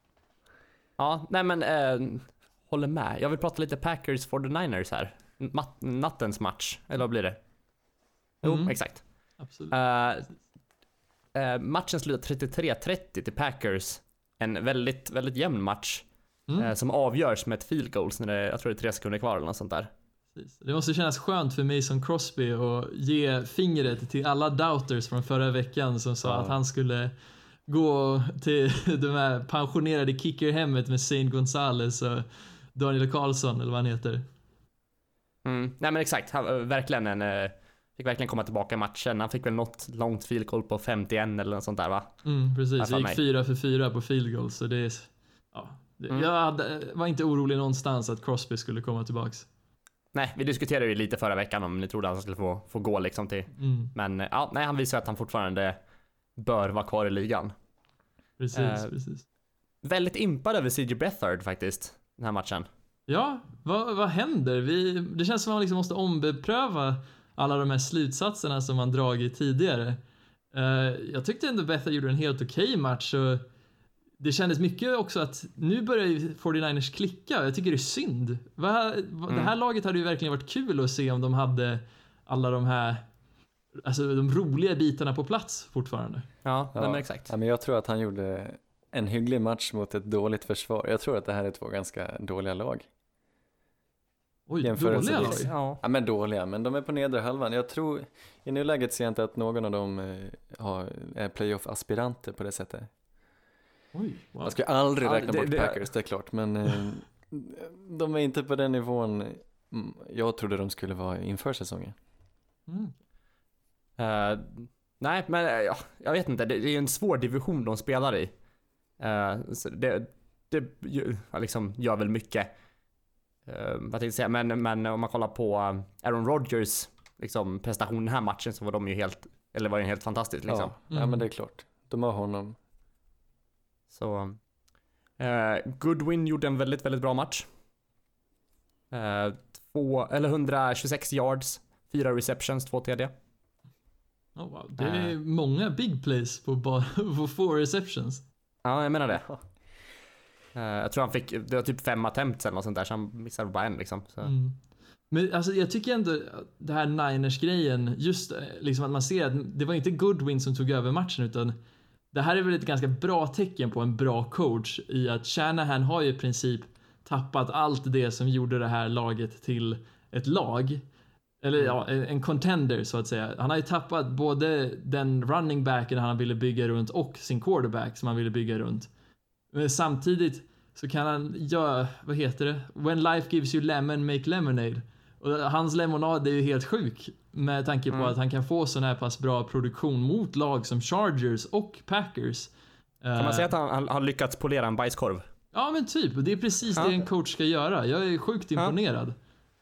Ja, nej men eh, håller med. Jag vill prata lite Packers for the Niners här. Mat- nattens match, eller vad blir det? Jo, Mm. exakt. Absolut. Eh, eh, matchen slutar trettiotre trettio till Packers. En väldigt, väldigt jämn match. Mm. Eh, som avgörs med ett field goals när det, jag tror det är tre sekunder kvar eller något sånt där. Precis. Det måste kännas skönt för Mason Crosby att ge fingret till alla doubters från förra veckan som sa Ja. att han skulle gå till de här pensionerade kickerhemmet med Saint Gonzales och Daniel Karlsson eller vad han heter. Mm. Nej men exakt, han, verkligen en, eh, fick verkligen komma tillbaka i matchen. Han fick väl något långt field goal på femtioen eller något sånt där va? Mm, precis, Ja, för det gick mig. fyra för fyra på field goals så det är, ja, det, Mm. jag hade, var inte orolig någonstans att Crosby skulle komma tillbaks. Nej, vi diskuterade ju lite förra veckan om ni trodde att han skulle få, få gå liksom till. Mm, Men eh, ja, nej, han visar att han fortfarande bör vara kvar i ligan. precis, Eh, precis. Väldigt impad över C J Beathard faktiskt, den här matchen. Ja, vad, vad händer? Vi, det känns som att man liksom måste ombepröva alla de här slutsatserna som man dragit tidigare. Uh, jag tyckte ändå Bethard gjorde en helt okej match och det kändes mycket också att nu börjar ju fyrtionioers klicka. Jag tycker det är synd. Va, va, Mm. Det här laget hade ju verkligen varit kul att se om de hade alla de här, alltså de roliga bitarna på plats fortfarande. Ja, Ja. Nej, men exakt. Ja, men jag tror att han gjorde en hygglig match mot ett dåligt försvar. Jag tror att det här är två ganska dåliga lag. Oj, Jämförelsevis. dåliga lag. Ja. Ja men dåliga, men de är på nedre halvan. Jag tror, i nuläget ser jag inte att någon av dem eh, har, är playoff-aspiranter på det sättet. Oj, wow. Man ska aldrig Ja, räkna det- bort det- Packers, det är klart. Men eh, de är inte på den nivån mm, jag trodde de skulle vara inför säsongen. Mm. Eh, nej, men eh, ja, jag vet inte. Det, det är ju en svår division de spelar i. Eh, så det det ju- ja, liksom gör väl mycket. Uh, vad tänkte jag säga? Men, men om man kollar på eh, Aaron Rodgers liksom, prestation den här matchen så var de ju helt, eller var den helt fantastisk liksom. Ja, ja Mm. men det är klart. De har honom. Så eh, Goodwin gjorde en väldigt, väldigt bra match. Eh, två, eller hundratjugosex yards, fyra receptions, två T D. Oh, wow. Det är många big plays på, bara, på four receptions. Ja, jag menar det. Eh, jag tror han fick, det var typ fem attempts eller något sånt där, så han missade bara en liksom. Så. Mm. Men alltså jag tycker ändå att det här Niners-grejen, just eh, liksom att man ser att det var inte Goodwin som tog över matchen utan det här är väl ett ganska bra tecken på en bra coach i att Shanahan har ju i princip tappat allt det som gjorde det här laget till ett lag. Eller ja, en en contender så att säga. Han har ju tappat både den running backen han ville bygga runt och sin quarterback som han ville bygga runt. Men samtidigt så kan han göra, vad heter det? When life gives you lemon, make lemonade. Och hans lemonad är ju helt sjuk med tanke på Mm. att han kan få sån här pass bra produktion mot lag som Chargers och Packers. Kan man säga att han, han har lyckats polera en bajskorv? Ja men typ, och det är precis Ja. det en coach ska göra. Jag är sjukt Ja. imponerad.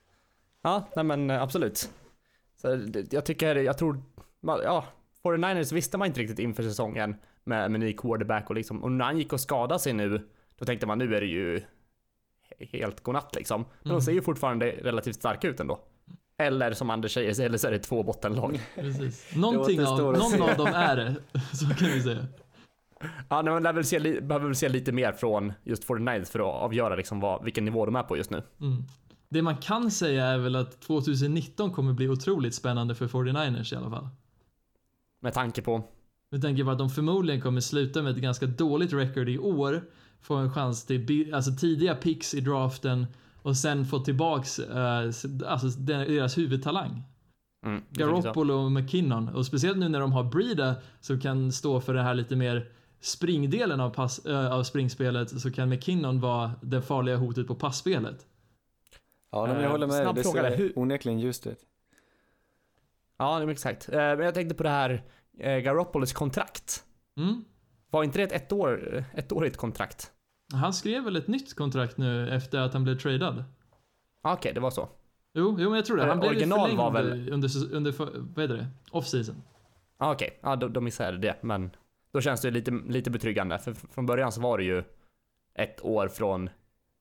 Ja, nej men eh, absolut. Så det, jag tycker, jag tror, ja, fyrtionioers visste man inte riktigt inför säsongen med, med ny quarterback och liksom, och när han gick och skadade sig nu, då tänkte man nu är det ju helt godnatt liksom. Men Mm. de ser ju fortfarande relativt starka ut ändå. Eller som Anders säger, eller så är det två bottenlag. Precis. Någonting av, återstår att någon se. av dem är det, så kan vi säga. Ja, nej, men lär väl se, li- behöver väl se lite mer från just fyrtionioers för att avgöra liksom vad, vilken nivå de är på just nu. Mm. Det man kan säga är väl att tjugonitton kommer bli otroligt spännande för fyrtionioers i alla fall. Med tanke på, Med tanke på att de förmodligen kommer sluta med ett ganska dåligt record i år, få en chans till bi- alltså tidiga picks i draften och sen få tillbaks eh, s- alltså deras huvudtalang. mm, jag tänker så. Garoppolo och McKinnon. Och speciellt nu när de har Breida som kan stå för det här lite mer springdelen av, pass, äh, av springspelet, så kan McKinnon vara det farliga hotet på passspelet. Ja, men jag Eh, håller med. snabb Det fråga där. ser Hur- onekligen ljust ut. Ja, det är exakt. Eh, Men jag tänkte på det här eh, Garoppolos kontrakt. Mm. Var inte det ett ett år, ett årigt kontrakt? Han skrev väl ett nytt kontrakt nu efter att han blev tradad? Ah, Okej, det var så. Jo, jo men jag tror det. Han Eh, blev ju original förlängd var väl- under, under, för- vad heter det? Off-season. Ah, Okej, ja, då, då missade jag det. Men då känns det lite, lite betryggande. För f- från början så var det ju ett år från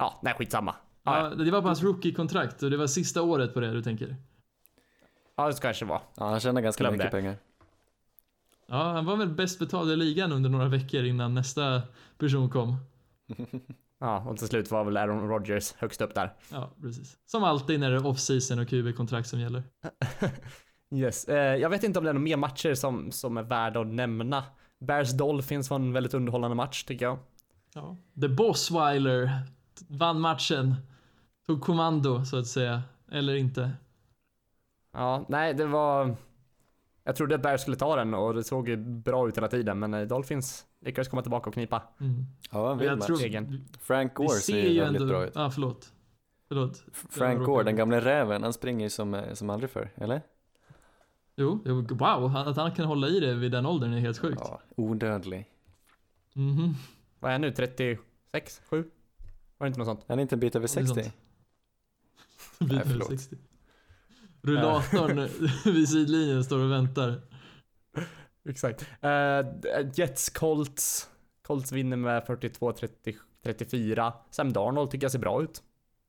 Ja, nej skitsamma. Ja, Ja, det var på hans rookie-kontrakt och det var sista året på det du tänker. ja det ska kanske vara. Ja, han tjänar ganska Glöm mycket det. pengar. Ja, han var väl bäst betald i ligan under några veckor innan nästa person kom. Ja, och till slut var väl Aaron Rodgers högst upp där. Ja, precis. Som alltid när det är off-season och Q B-kontrakt som gäller. Yes. Eh, jag vet inte om det är några mer matcher som, som är värda att nämna. Bears Dolphins var en väldigt underhållande match tycker jag. Ja. The Bossweiler vann matchen. Tog kommando så att säga. Eller inte. Ja, nej det var... Jag trodde att Bears skulle ta den och det såg ju bra ut hela tiden, men eh, Dolphins lyckades komma tillbaka och knipa. Mm. Ja, en vild Jag match. tror, Egen. Frank vi Gore ser ser ju ju väldigt ändå... bra ut. Ja, förlåt. Förlåt. Frank Jag Gore, råkade- den gamla räven, han springer ju som, som aldrig förr, eller? Jo, jo, wow. han- Att han kan hålla i det vid den åldern är helt sjukt. Ja, odödlig. Mhm. Vad är jag nu? trettiosex? sju? Var det inte något sånt? Han är inte en bit över Ja, det är sextio. sant. Vid Nej, förlåt. sextio. Rullatorn vid sidlinjen står och väntar. Exakt. Uh, Jets Colts. Colts vinner med fyrtiotvå trettiofyra. Sam Darnold tycker jag ser bra ut.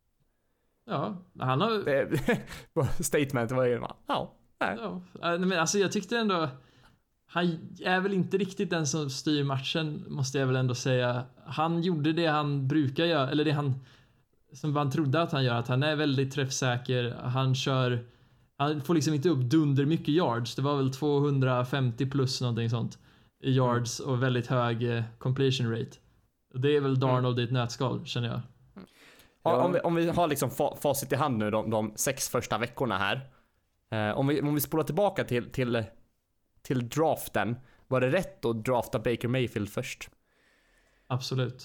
Ja, han har... Det- Statement var ju ja, nej. Ja, äh, men alltså jag tyckte ändå... Han är väl inte riktigt den som styr matchen, måste jag väl ändå säga. Han gjorde det han brukar göra, eller det han... Som man trodde att han gör, att han är väldigt träffsäker. Han kör... Han får liksom inte upp dunder mycket yards. Det var väl tvåhundrafemtio plus någonting sånt i yards och väldigt hög eh, completion rate. Det är väl Darnold i ett nötskal, känner jag. Ja, om, vi, om vi har liksom fa- facit i hand nu de, de sex första veckorna här. Eh, om, vi, om vi spolar tillbaka till, till, till draften. Var det rätt att drafta Baker Mayfield först? Absolut.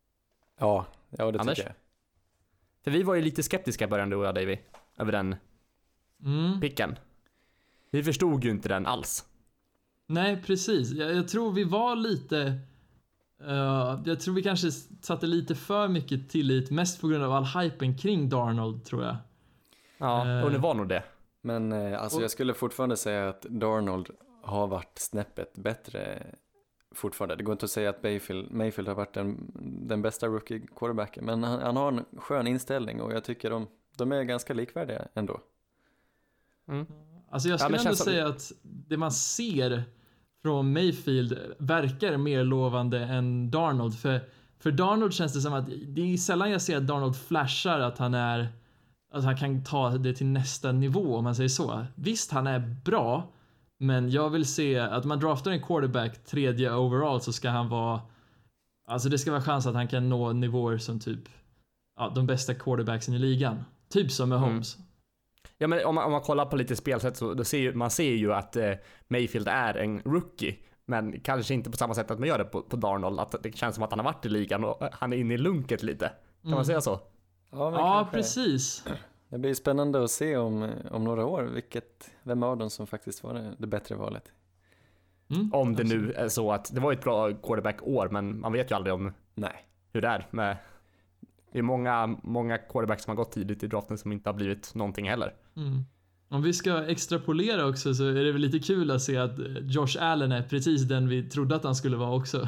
Ja, ja det Anders? tycker jag. För vi var ju lite skeptiska i början du och jag, Davy. Över den Mm. picken. Vi förstod ju inte den alls. Nej, precis. Jag, jag tror vi var lite... Uh, jag tror vi kanske satte lite för mycket tillit, mest på grund av all hypen kring Darnold, tror jag. Ja, Eh. och det var nog det. Men eh, alltså Och- jag skulle fortfarande säga att Darnold har varit snäppet bättre fortfarande. Det går inte att säga att Mayfield, Mayfield har varit den, den bästa rookie quarterbacken, men han, han har en skön inställning och jag tycker de, de är ganska likvärdiga ändå. Mm. Alltså jag Ja, skulle men ändå känns som- säga att det man ser från Mayfield verkar mer lovande än Darnold. För, för Darnold känns det som att det är sällan jag ser att Darnold flashar att han är att han kan ta det till nästa nivå, om man säger så. Visst, han är bra, men jag vill se att man draftar en quarterback tredje overall, så ska han vara, alltså det ska vara chans att han kan nå nivåer som typ ja, de bästa quarterbacksen i ligan. Typ som med Mm. Holmes. Ja, men om man, om man kollar på lite spelsätt så då ser ju, man ser ju att eh, Mayfield är en rookie. Men kanske inte på samma sätt att man gör det på, på Darnold. Att det känns som att han har varit i ligan och eh, han är inne i lunket lite. Kan Mm. man säga så? Ja, men Ja, kanske. precis. Det blir spännande att se om, om några år vilket, vem av dem som faktiskt var det, det bättre valet. Mm, Om det absolut. nu är så att det var ett bra quarterback-år, men man vet ju aldrig om Nej. hur det är. Med, det är många, många quarterbacks som har gått tidigt i draften som inte har blivit någonting heller. Mm. Om vi ska extrapolera också, så är det väl lite kul att se att Josh Allen är precis den vi trodde att han skulle vara också.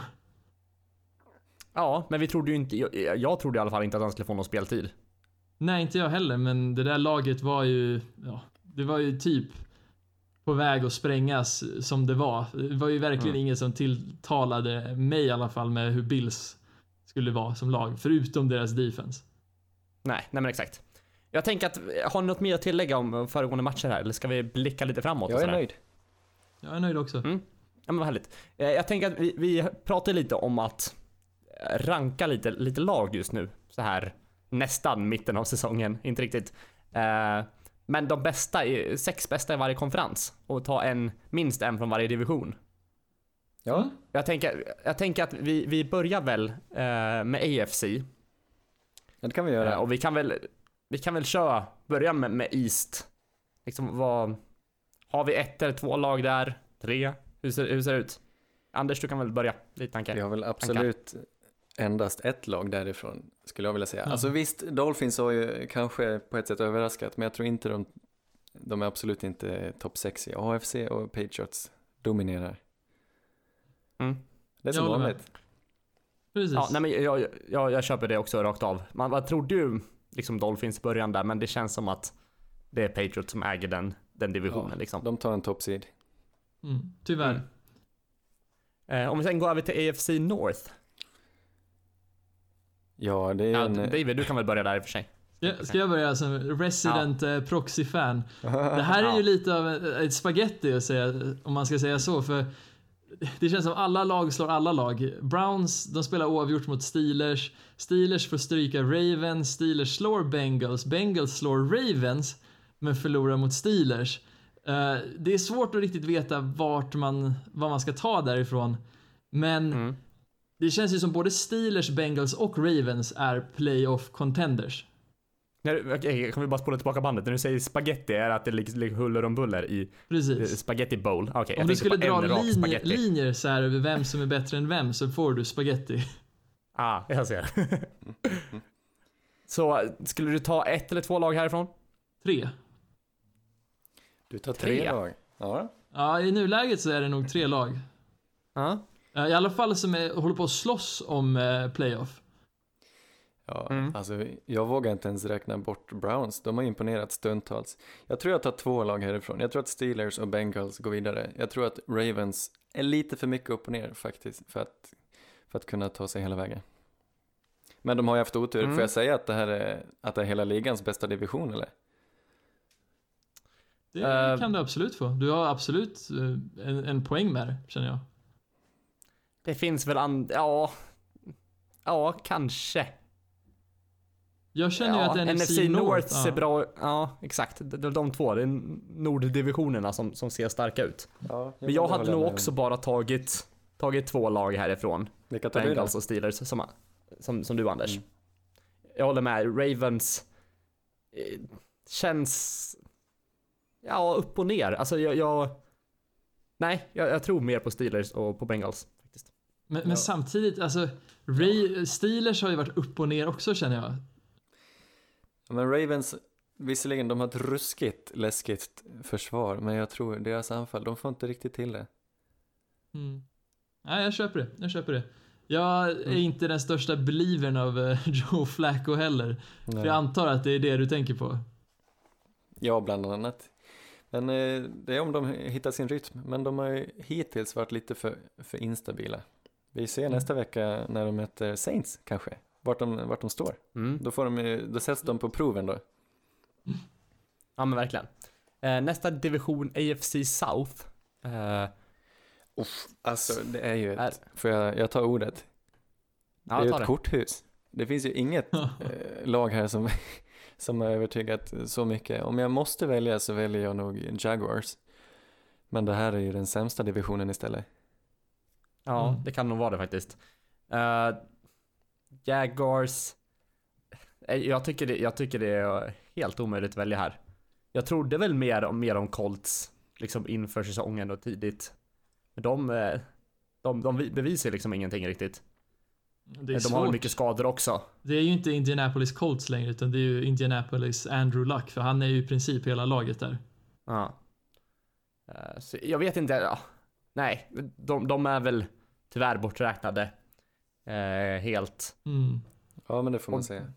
Ja, men vi trodde ju inte, jag, jag trodde i alla fall inte att han skulle få någon speltid. Nej, inte jag heller, men det där laget var ju, ja, det var ju typ på väg att sprängas som det var. Det var ju verkligen Mm. inget som tilltalade mig i alla fall med hur Bills skulle vara som lag, förutom deras defense. Nej, nej men exakt. Jag tänker att, har ni något mer att tillägga om föregående matcher här? Eller ska vi blicka lite framåt? och Jag är sådär? nöjd. Jag är nöjd också. Mm. Ja men vad härligt. Eh, Jag tänker att vi, vi pratar lite om att ranka lite, lite lag just nu. Så här nästan mitten av säsongen, inte riktigt. Eh, Men de bästa, är- sex bästa i varje konferens. Och ta en, minst en från varje division. Ja, Mm. Jag tänker, jag tänker att vi, vi börjar väl eh, med A F C. ja det kan vi Eh, göra. Och vi kan väl, vi kan väl köra, börja med, med East. Liksom vad, har vi ett eller två lag där? Tre? Hur ser, hur ser det ut? Anders, du kan väl börja, lite tankar. Vi har väl absolut endast ett lag därifrån, skulle jag vilja säga. Ja. Alltså visst, Dolphins har ju kanske på ett sätt överraskat, men jag tror inte de, de är absolut inte topp sex i A F C, och Patriots dominerar. Mm. Det är Jag som håller med. vanligt. Precis. Ja, nej, men jag, jag, jag köper det också rakt av. Man, man trodde ju liksom Dolphins i början där, men det känns som att det är Patriots som äger den, den divisionen. Ja, liksom. de tar en toppseed. Mm, tyvärr. Mm. Eh, om vi sen går över till A F C North. Ja, det är Ja, en... David, du kan väl börja där i och för sig. Ja, ska jag börja som resident ja. proxy-fan? Det här är ju Ja. lite av ett spaghetti att säga, om man ska säga så, för det känns som alla lag slår alla lag. Browns, de spelar oavgjort mot Steelers. Steelers får stryka Ravens. Steelers slår Bengals. Bengals slår Ravens, men förlorar mot Steelers. Uh, det är svårt att riktigt veta vart man, vad man ska ta därifrån. Men Mm. det känns ju som både Steelers, Bengals och Ravens är playoff contenders. När, okay, kan vi bara spola tillbaka bandet? När du säger spaghetti, är det att det ligger, ligger huller om buller i Precis. spaghetti bowl? Okay, Om jag du skulle på dra en rak linje, spaghetti. linjer så här över vem som är bättre än vem, så får du spaghetti. Ah, jag ser. Så skulle du ta ett eller två lag härifrån? Tre. Du tar tre, Tre. lag. Ja. Ja, i nuläget så är det nog tre lag. Ja. Uh, I alla fall som är, håller på att slåss om uh, playoff. Ja, Mm. alltså jag vågar inte ens räkna bort Browns. De har imponerat stundtals. Jag tror jag tar två lag härifrån. Jag tror att Steelers och Bengals går vidare. Jag tror att Ravens är lite för mycket upp och ner faktiskt för att, för att kunna ta sig hela vägen. Men de har ju haft otur. Mm. Får jag säga att det här är, att det är hela ligans bästa division eller? Det Uh, kan du absolut få. Du har absolut uh, en, en poäng med det, känner jag. Det finns väl and... Ja... Ja, kanske. Jag känner ju Ja, att N N F F C, C North, North ser ja. bra. Ja, exakt. Det är de två. Det är norddivisionerna som, som ser starka ut. Ja, Men jag hade nog också bara tagit, tagit två lag härifrån. Vilka tar du då? Bengals och Steelers, som, som, som du Anders. Mm. Jag håller med. Ravens eh, känns... Ja, upp och ner. Alltså jag... jag nej, jag, jag tror mer på Steelers och på Bengals. Faktiskt. Men, men Ja. samtidigt, alltså Ray, Steelers har ju varit upp och ner också, känner jag. Ja, men Ravens, visserligen de har ett ruskigt läskigt försvar, men jag tror deras anfall, de får inte riktigt till det. Mm. Nej, jag köper det. Jag köper det. Jag är Mm. inte den största believern av uh, Joe Flacco heller. Nej. För jag antar att det är det du tänker på. Ja, bland annat. Men eh, det är om de hittar sin rytm, men de har ju hittills varit lite för, för instabila. Vi ser Mm. nästa vecka när de möter Saints kanske, vart de, vart de står. Mm. Då, får de, ju- då sätts de på proven då. Ja, men verkligen. Eh, nästa division, A F C South. Eh, Uff, alltså det är ju ett, Är- får jag, jag tar ordet, det ja, är ju ta ett det. korthus. Det finns ju inget eh, lag här som, som har övertygat så mycket. Om jag måste välja så väljer jag nog Jaguars. Men det här är ju den sämsta divisionen istället. Ja, Mm. det kan nog vara det faktiskt. Uh, Jaguars. Eh, Jag tycker, det, jag tycker det är helt omöjligt att välja här. Jag trodde väl mer om, mer om Colts liksom inför säsongen och tidigt. Men de, eh, de, de bevisar liksom ingenting riktigt. Det är de har svårt. mycket skador också. Det är ju inte Indianapolis Colts längre, utan det är ju Indianapolis Andrew Luck, för han är ju i princip hela laget där. Ja. Eh, så jag vet inte. Ja. Nej, de, de är väl tyvärr borträknade. Eh, helt. Mm. Ja, men det får man Och- säga.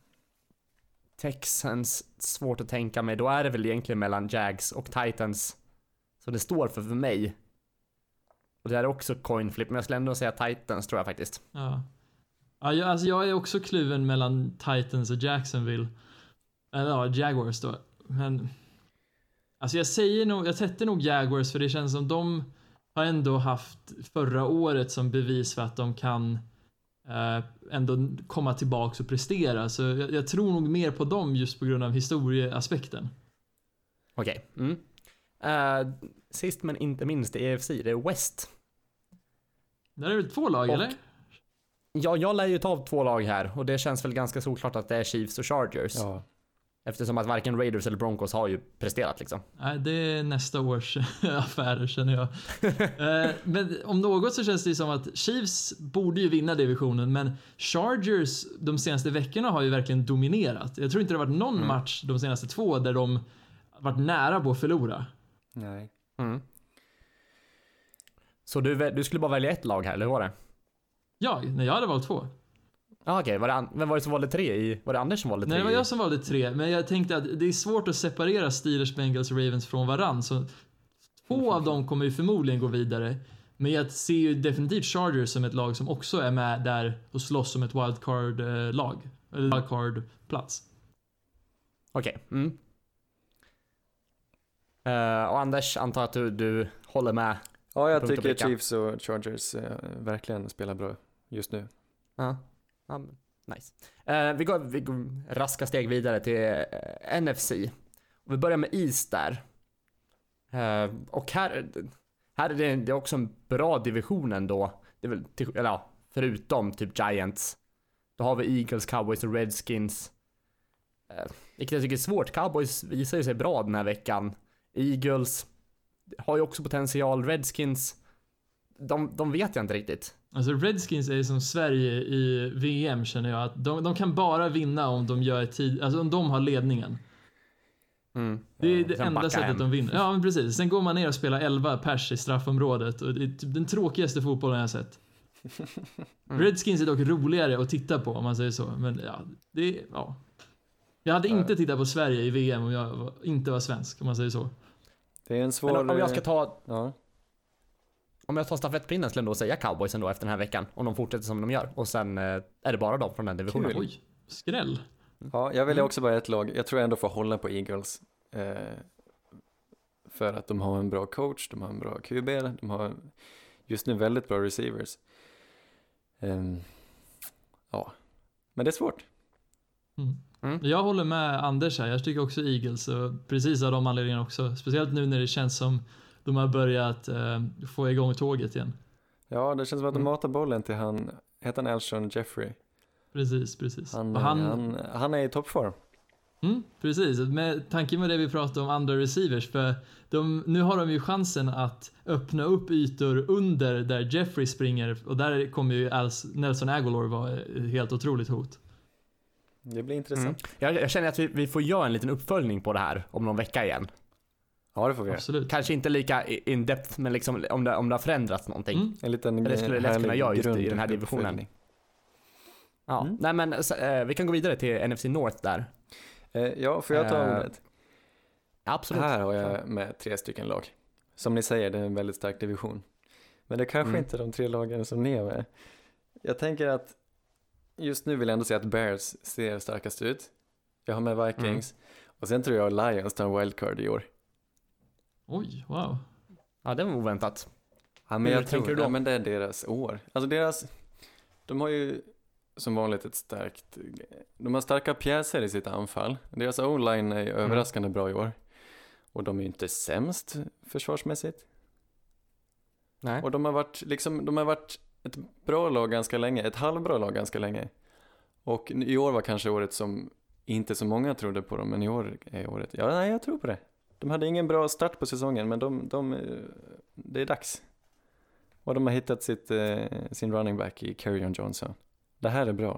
Texans, svårt att tänka mig. Då är det väl egentligen mellan Jags och Titans som det står för för mig. Och det är också coin flip, men jag skulle ändå säga Titans tror jag faktiskt. Ja. Ja, jag, alltså jag är också kluven mellan Titans och Jacksonville. Eller ja, Jaguars då. Men alltså jag säger nog, jag sätter nog Jaguars, för det känns som de har ändå haft förra året som bevis för att de kan eh, ändå komma tillbaka och prestera. Så jag, jag tror nog mer på dem just på grund av historieaspekten. Okej. Mm. Eh, sist men inte minst i A F C, det är West. Där är det två lag, Och- eller? Ja, jag lär ju ta av två lag här och det känns väl ganska såklart att det är Chiefs och Chargers. Ja. Eftersom att varken Raiders eller Broncos har ju presterat liksom. Nej, det är nästa års affärer, känner jag. Eh, men om något så känns det som att Chiefs borde ju vinna divisionen, men Chargers de senaste veckorna har ju verkligen dominerat. Jag tror inte det har varit någon Mm. match de senaste två där de varit nära på att förlora. Nej. Mm. Så du, vä- du skulle bara välja ett lag här, eller hur var det? Jag? Nej, jag hade valt två. Ah, okej, okay. An- vem var det som valde tre i? Var det Anders som valde tre? Nej, det var jag som valde tre. Men jag tänkte att det är svårt att separera Steelers, Bengals och Ravens från varann. Så två av dem kommer ju förmodligen gå vidare. Men jag ser ju definitivt Chargers som ett lag som också är med där och slåss som ett wildcard-lag. Eller wildcard-plats. Okej. Okay. Mm. Uh, och Anders, antar att du, du håller med? Ja, jag tycker Chiefs och Chargers uh, verkligen spelar bra just nu. Ja, uh, um, nice. Uh, vi, går, vi går raska steg vidare till uh, N F C. Vi börjar med East där. Uh, och här, här är det, det är också en bra division ändå. Det är väl, till, eller, ja, förutom typ Giants. Då har vi Eagles, Cowboys och Redskins. Uh, vilket jag tycker är svårt. Cowboys visar ju sig bra den här veckan. Eagles har ju också potential. Redskins, de, de vet jag inte riktigt. Alltså Redskins är som Sverige i V M, känner jag. Att de, de kan bara vinna om de gör tid, alltså om de har ledningen. Mm. Det är det Sen enda sättet hem. de vinner. Ja, men precis. Sen går man ner och spelar elva pers i straffområdet. Och det är typ den tråkigaste fotbollen jag har sett. Mm. Redskins är dock roligare att titta på, om man säger så. Men ja, det är, ja. Jag hade inte tittat på Sverige i V M om jag var, inte var svensk, om man säger så. Det är en svår... Men om jag ska ta... Ja. Om jag tar stafettpinnen skulle jag ändå säga Cowboys ändå efter den här veckan. Om de fortsätter som de gör. Och sen eh, är det bara de från den divisionen. Kul. Oj, skräll. Ja, jag vill också bara ett lag. Jag tror jag ändå får hålla på Eagles. Eh, för att de har en bra coach, de har en bra Q B, de har just nu väldigt bra receivers. Eh, ja, men det är svårt. Mm. Mm. Jag håller med Anders här. Jag tycker också Eagles, och precis av de anledningarna också. Speciellt nu när det känns som de har börjat eh, få igång tåget igen. Ja, det känns som att de Mm. matar bollen till han, heter han Alshon Jeffrey? Precis, precis. Han, Och han, han, han är i toppform. mm, precis, med tanke med det vi pratade om andra receivers. För de, nu har de ju chansen att öppna upp ytor under där Jeffrey springer. Och där kommer ju Als, Nelson Aguilar vara ett helt otroligt hot. Det blir intressant. Mm. Jag, jag känner att vi, vi får göra en liten uppföljning på det här om någon vecka igen. Ja, det får vi göra. Absolut. Kanske inte lika in depth, men liksom om det, om det har förändrats någonting. Mm. En liten Det skulle lätt kunna göra just i den här divisionen. uppföljning. Ja, Mm. nej men så, eh, vi kan gå vidare till N F C North där. Eh, ja, får jag ta Eh, ordet? Absolut. Här har jag med tre stycken lag. Som ni säger, det är en väldigt stark division. Men det är kanske Mm. inte de tre lagen som ni är med. Jag tänker att just nu vill jag ändå säga att Bears ser starkast ut. Jag har med Vikings. Mm. Och sen tror jag Lions tar en wildcard i år. Oj, wow. Ja, det var oväntat. Ja, men Hur jag tänker tror, du då? ja, men det är deras år. Alltså deras, de har ju som vanligt ett starkt, de har starka pjäser i sitt anfall. Deras O-line är Mm. överraskande bra i år. Och de är ju inte sämst försvarsmässigt. Nej. Och de har varit liksom, de har varit ett bra lag ganska länge, ett halvbra lag ganska länge. Och i år var kanske året som inte så många trodde på dem, men i år är året, ja nej, jag tror på det. De hade ingen bra start på säsongen, men de, de det är dags. Och de har hittat sitt, eh, sin running back i Kerryon Johnson. Det här är bra.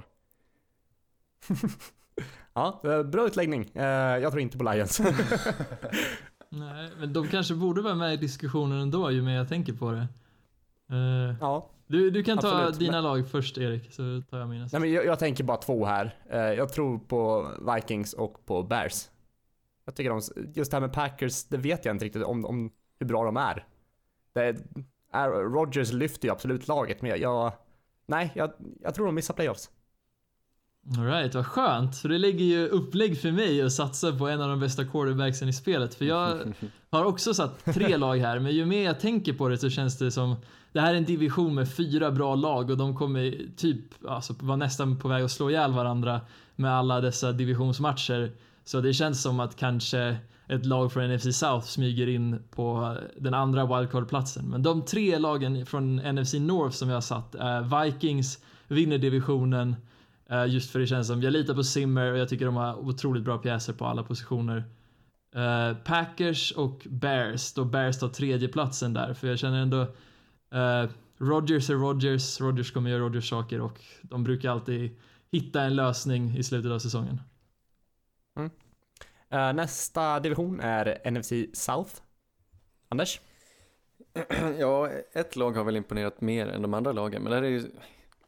Ja, eh, bra utläggning. Eh, Jag tror inte på Lions. Nej, men de kanske borde vara med i diskussionen ändå, ju mer jag tänker på det. Eh, Ja. du, du kan ta Absolut, dina men- lag först, Erik, så tar jag mina. Nej, men jag, jag tänker bara två här. Eh, Jag tror på Vikings och på Bears. Jag tycker de, just det här med Packers, det vet jag inte riktigt om, om hur bra de är. Det är Rodgers lyfter ju absolut laget, men jag, jag nej, jag, jag tror de missar playoffs. All right, vad skönt. För det lägger ju upplägg för mig att satsa på en av de bästa quarterbacksen i spelet. För jag har också satt tre lag här, men ju mer jag tänker på det så känns det som det här är en division med fyra bra lag och de kommer typ alltså, vara nästan på väg att slå ihjäl varandra med alla dessa divisionsmatcher. Så det känns som att kanske ett lag från N F C South smyger in på den andra wildcard-platsen. Men de tre lagen från N F C North som jag har satt är Vikings, vinner divisionen. Uh, just för det känns som, jag litar på Zimmer och jag tycker de har otroligt bra pjäser på alla positioner. Uh, Packers och Bears, då Bears tar tredje platsen där, för jag känner ändå uh, Rodgers är Rodgers, Rodgers kommer göra Rodgers saker och de brukar alltid hitta en lösning i slutet av säsongen. Mm. Uh, nästa division är N F C South. Anders? Ja, ett lag har väl imponerat mer än de andra lagen, men det här är ju,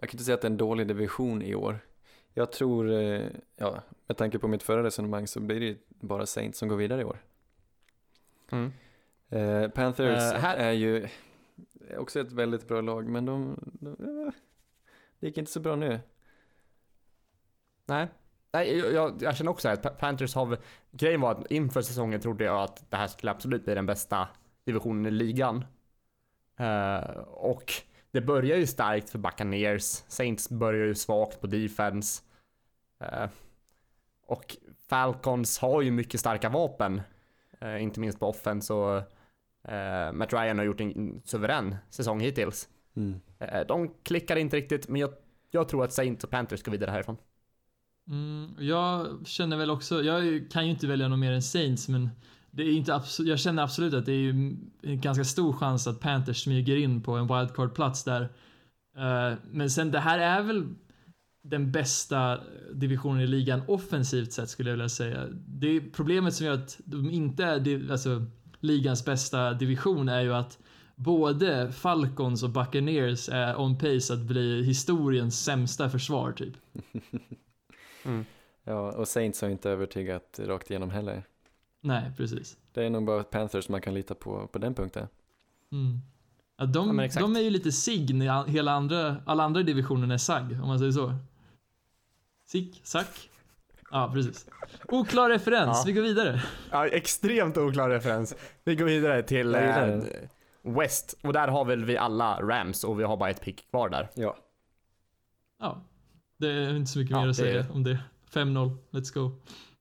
jag kan inte säga att det är en dålig division i år. Jag tror, eh, ja, med tanke på mitt förra resonemang så blir det bara Saints som går vidare i år. Mm. Eh, Panthers Uh, här- är ju också ett väldigt bra lag, men de, de eh, det gick inte så bra nu. Nej. Nej, jag, jag, jag känner också att Pa- Panthers har... Grejen var att inför säsongen trodde jag att det här skulle absolut bli den bästa divisionen i ligan. Eh, och det börjar ju starkt för Buccaneers. Saints börjar ju svagt på defense. Eh, och Falcons har ju mycket starka vapen. Eh, inte minst på offense. Och eh, Matt Ryan har gjort en suverän säsong hittills. Mm. Eh, de klickar inte riktigt, men jag, jag tror att Saints och Panthers ska vidare härifrån. Mm, jag känner väl också, jag kan ju inte välja något mer än Saints, men det är inte absolut, jag känner absolut att det är ju en ganska stor chans att Panthers smyger in på en wildcard-plats där. Uh, men sen det här är väl den bästa divisionen i ligan offensivt sett, skulle jag vilja säga. Det är problemet som gör att de inte är div, alltså, ligans bästa division är ju att både Falcons och Buccaneers är on pace att bli historiens sämsta försvar typ. Mm. Ja, och Saints har inte övertygat rakt igenom heller. Nej, precis. Det är nog bara Panthers man kan lita på på den punkten. Mm. Ja, de, Ja, men exakt. de är ju lite sig när all- hela andra, alla andra divisioner är sag, om man säger så. Sig, sack. Ja, precis. Oklar referens, Ja. vi går vidare. Ja, extremt oklar referens. Vi går vidare till Jag gillar eh, det. West. Och där har väl vi alla Rams och vi har bara ett pick kvar där. Ja. Ja, det är inte så mycket Ja, mer att det- säga om det. fem noll, let's go.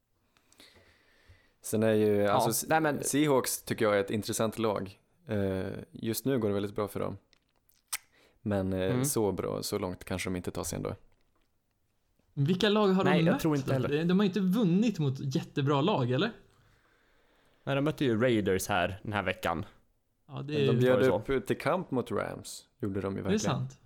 Sen är ju, Ja, alltså nej, men- Seahawks tycker jag är ett intressant lag. Eh, just nu går det väldigt bra för dem. Men eh, Mm. så bra, så långt kanske de inte tar sig ändå. Vilka lag har Nej, de jag mött tror inte då? heller. De har inte vunnit mot jättebra lag, eller? Men de mötte ju Raiders här den här veckan. Ja, det Men är, de var bjöd det så. upp till kamp mot Rams, gjorde de ju det är verkligen. sant.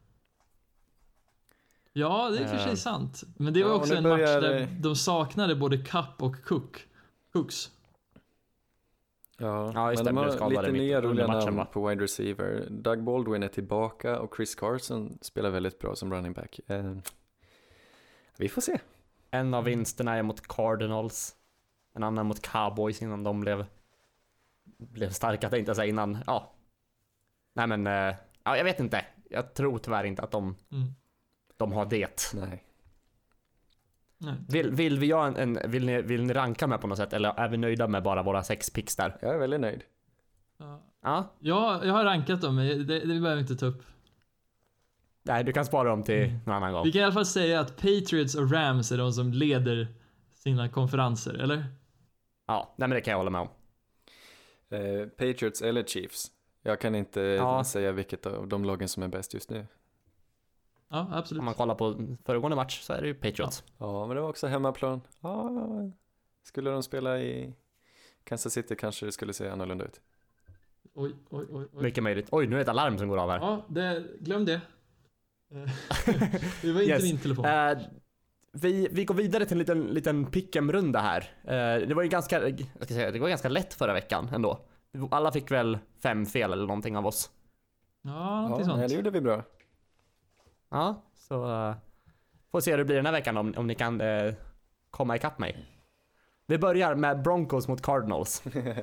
Ja, det är i och för sig Eh. sant. Men det var Ja, och också nu en match börjar där det- de saknade både Cup och Cook. Cooks. Ja, Ja, just men det, de blev har skadade lite mitt nya under roliga matchen, namn va? på wide receiver. Doug Baldwin är tillbaka och Chris Carson spelar väldigt bra som running back. Eh, vi får se. En av vinsterna är mot Cardinals. En annan mot Cowboys innan de blev blev starka, tänkte jag säga innan. Ja. Nej men, eh, ja, jag vet inte. Jag tror tyvärr inte att de, Mm. de har det. Nej. Nej. Vill, vill vi göra en, en vill, ni, vill ni ranka med på något sätt? Eller är vi nöjda med bara våra sex picks där? Jag är väldigt nöjd. Ja. Ja. Ja, jag har rankat dem, men det, det behöver vi inte ta upp. Nej, du kan spara dem till Mm. någon annan gång. Vi kan i alla fall säga att Patriots och Rams är de som leder sina konferenser, eller? Ja, nej men det kan jag hålla med om. Eh, Patriots eller Chiefs. Jag kan inte Ja. säga vilket av de lagen som är bäst just nu. Ja, absolut. Om man kollar på föregående match så är det ju Patriots. Ja, men det var också hemmaplan. Ja, skulle de spela i Kansas City kanske det skulle se annorlunda ut. Oj, oj, oj, oj. Mycket möjligt. Oj, nu är det ett alarm som går av här. Ja, det, glöm det. Eh, det var inte Yes. min telefon. Eh, vi, vi går vidare till en liten, liten pick'em-runda här. Eh, det var ju ganska, jag ska säga, det var ganska lätt förra veckan ändå. Alla fick väl fem fel eller någonting av oss. Ja, någonting Ja, sånt. nej, det gjorde vi bra. Ja, så uh, får se hur det blir den här veckan om, om ni kan uh, komma ikapp mig. Vi börjar med Broncos mot Cardinals.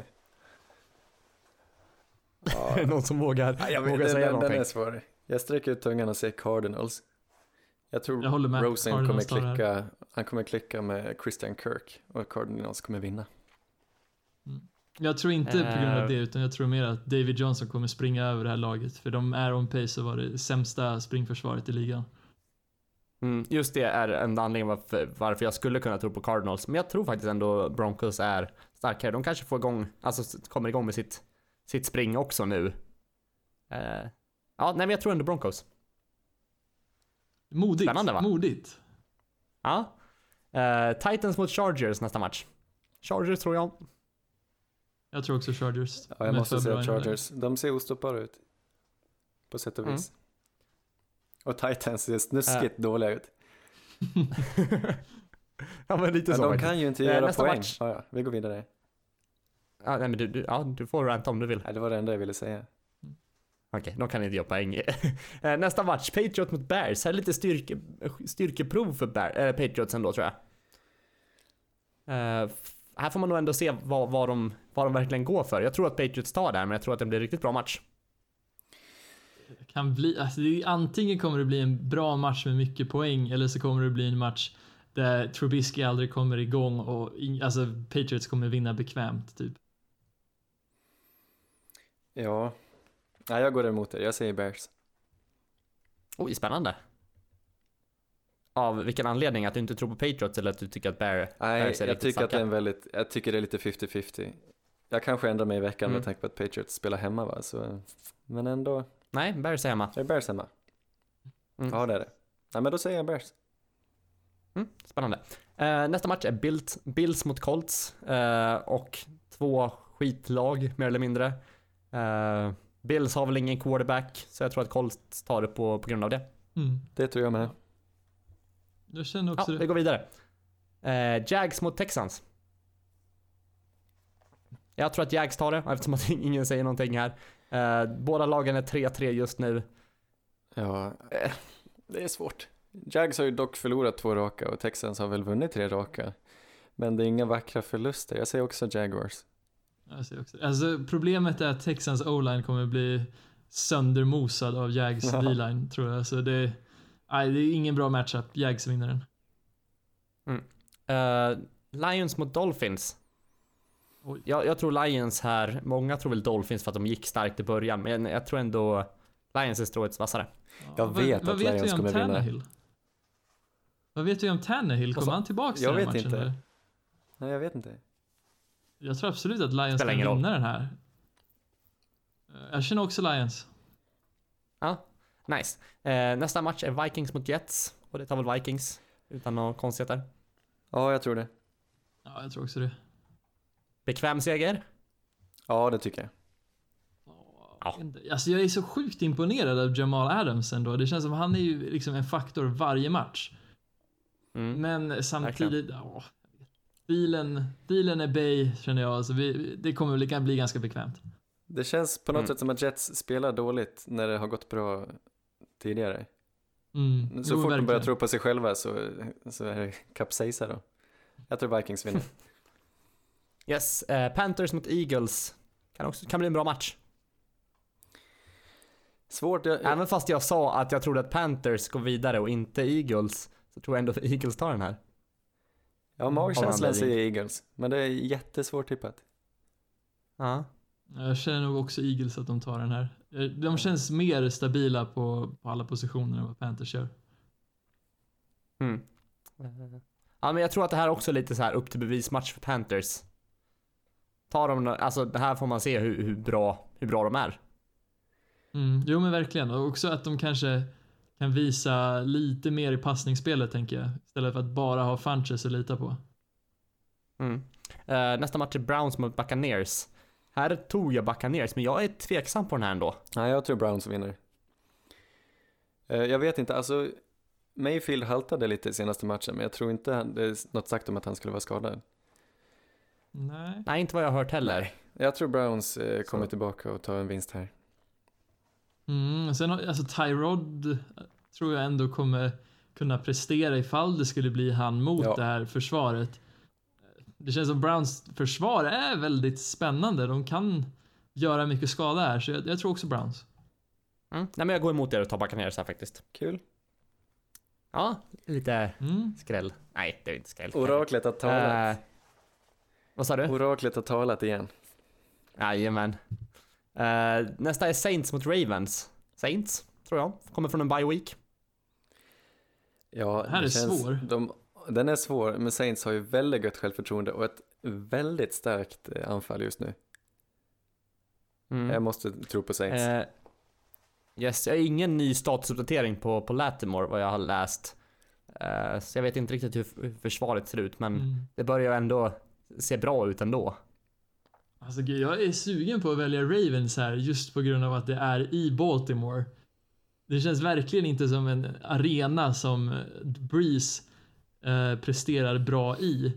Ja. Är det någon som vågar, Ja, jag vet, vågar den, säga den, någonting? den är svår. Jag sträcker ut tungan och säger Cardinals. Jag tror Jag håller med. Rosen kommer Cardinals tar det här. klicka, han kommer klicka med Christian Kirk och Cardinals kommer vinna. Jag tror inte på grund Eh. av det, utan jag tror mer att David Johnson kommer springa över det här laget. För de är on pace och var det sämsta springförsvaret i ligan. Mm, just det är en anledning varför, varför jag skulle kunna tro på Cardinals. Men jag tror faktiskt ändå Broncos är starkare. De kanske får igång, alltså kommer igång med sitt, sitt spring också nu. Uh, ja, nej men jag tror ändå Broncos. Modigt. Spännande, va? Modigt. Ja. Uh, Titans mot Chargers nästa match. Chargers tror jag. Jag tror också Chargers. Ja, jag Med måste för säga bra Chargers. De ser ostoppbara ut. På sätt och vis. Och Titans ser snuskigt dåliga ut. Ja men lite Men så de faktiskt. kan ju inte Eh, göra nästa poäng. match. Ja, ja, vi går vidare. Ja, nej, men du, du, ja, du får ranta om du vill. Nej, det var det enda jag ville säga. Okej, de kan inte göra poäng. Nästa match, Patriots mot Bears. Här är lite styrke, styrkeprov för Bear, äh, Patriots ändå tror jag. Uh, här får man nog ändå se vad, vad, de, vad de verkligen går för. Jag tror att Patriots tar där, men jag tror att det blir en riktigt bra match. Det kan bli, alltså det, antingen kommer det bli en bra match med mycket poäng, eller så kommer det bli en match där Trubisky aldrig kommer igång och in, alltså Patriots kommer vinna bekvämt typ. Ja, ja jag går emot det. Jag säger Bears. Oj, spännande. Av vilken anledning? Att du inte tror på Patriots eller att du tycker att Bear, Nej, Bears är jag riktigt tycker starka? att det är en väldigt, jag tycker det är lite fifty fifty. Jag kanske ändrar mig i veckan Mm. med tanke på att Patriots spelar hemma va, så, men ändå, Nej, Bears är hemma. är Bears hemma? Mm. Ja, det är det. Nej, men då säger jag Bears. Mm, spännande. Uh, nästa match är Bills, Bills mot Colts. Uh, och två skitlag, mer eller mindre. Uh, Bills har väl ingen quarterback, så jag tror att Colts tar det på, på grund av det. Mm. Det tror jag med. Jag känner Ja, också vi det. går vidare. Uh, Jags mot Texans. Jag tror att Jags tar det, eftersom att ingen säger någonting här. Uh, båda lagen är tre tre just nu. Ja, eh, det är svårt. Jags har ju dock förlorat två raka och Texans har väl vunnit tre raka. Men det är inga vackra förluster. Jag säger också Jaguars. Jag ser också. Alltså, problemet är att Texans O-line kommer bli söndermosad av Jags Ja. D-line, tror jag. Så det, nej, det är ingen bra matchup. Jags vinner den. Uh, Lions mot Dolphins. Oj. Jag, jag tror Lions här. Många tror väl Dolphins för att de gick starkt i början, men jag tror ändå Lions är strået vassare. Jag vad, vet vad att vet Lions vi om kommer vinna. Tannehill? Vad vet vi om Tannehill? Kommer så- han tillbaka till Jag den vet matchen? inte. Eller? Nej, jag vet inte. Jag tror absolut att Lions Spelar kan ingen roll. vinna den här. Eh, Jag känner också Lions. Ja, nice. Uh, nästa match är Vikings mot Jets. Och det tar väl Vikings, utan några konstigheter. Ja, jag tror det. Ja, jag tror också det. Bekväm seger. Ja, det tycker jag. Ja. Alltså jag är så sjukt imponerad av Jamal Adams ändå. Det känns som han är ju liksom en faktor varje match. Mm. Men samtidigt, ja, dealen, dealen är bay, känner jag. Alltså vi, det kommer väl kan bli ganska bekvämt. Det känns på något Mm. sätt som att Jets spelar dåligt när det har gått bra tidigare. Mm. Så Jo, fort de verkligen. börjar tro på sig själva så, så är det kapsejsa då. Jag tror Vikings vinner. Yes, uh, Panthers mot Eagles. Kan också kan bli en bra match. Svårt. Jag, Även fast jag sa att jag trodde att Panthers går vidare och inte Eagles, så tror jag ändå att Eagles tar den här. ja, magkänslan anledning. säger Eagles. Men det är jättesvårt tippat. Ja. Jag känner nog också Eagles att de tar den här. Eh, De känns mer stabila på, på alla positioner än vad Panthers gör. Mm. Ja, men jag tror att det här också är lite så här upp till bevismatch för Panthers. Tar de, alltså det här får man se hur, hur bra hur bra de är. Mm. Jo men verkligen. Och också att de kanske kan visa lite mer i passningsspelet, tänker jag. Istället för att bara ha Funches att lita på. Mm. Uh, nästa match är Browns mot Buccaneers. Här tog jag Buccaneers, men jag är tveksam på den här ändå. Nej, jag tror Browns vinner. Eh, Jag vet inte, alltså Mayfield haltade lite i senaste matchen, men jag tror inte han- det är något sagt om att han skulle vara skadad. Nej. Nej, inte vad jag har hört heller. Jag tror Browns eh, kommer Så. tillbaka och tar en vinst här. Mm. Sen har- alltså Tyrod tror jag ändå kommer kunna prestera ifall det skulle bli han mot Ja. det här försvaret. Det känns som Browns försvar är väldigt spännande. De kan göra mycket skada här, så jag, jag tror också Browns. Mm. Nej, men jag går emot er och tar Buccaneers här faktiskt. Kul. Ja, lite Mm. skräll. Nej, det är inte skräll. Oraklet har talat. Uh, vad sa du? Oraklet har talat igen. Jajamän. Uh, nästa är Saints mot Ravens. Saints, tror jag. Kommer från en bye week. Ja, Det här det är känns, svår. De, den är svår, men Saints har ju väldigt gott självförtroende och ett väldigt starkt eh, anfall just nu. Mm. Jag måste tro på Saints. Eh, yes, jag har ingen ny statusuppdatering på, på Latimore vad jag har läst. Eh, så jag vet inte riktigt hur, hur försvaret ser ut, men Mm. det börjar ändå se bra ut ändå. Alltså gud, jag är sugen på att välja Ravens här just på grund av att det är i Baltimore. Det känns verkligen inte som en arena som Breeze eh, presterar bra i.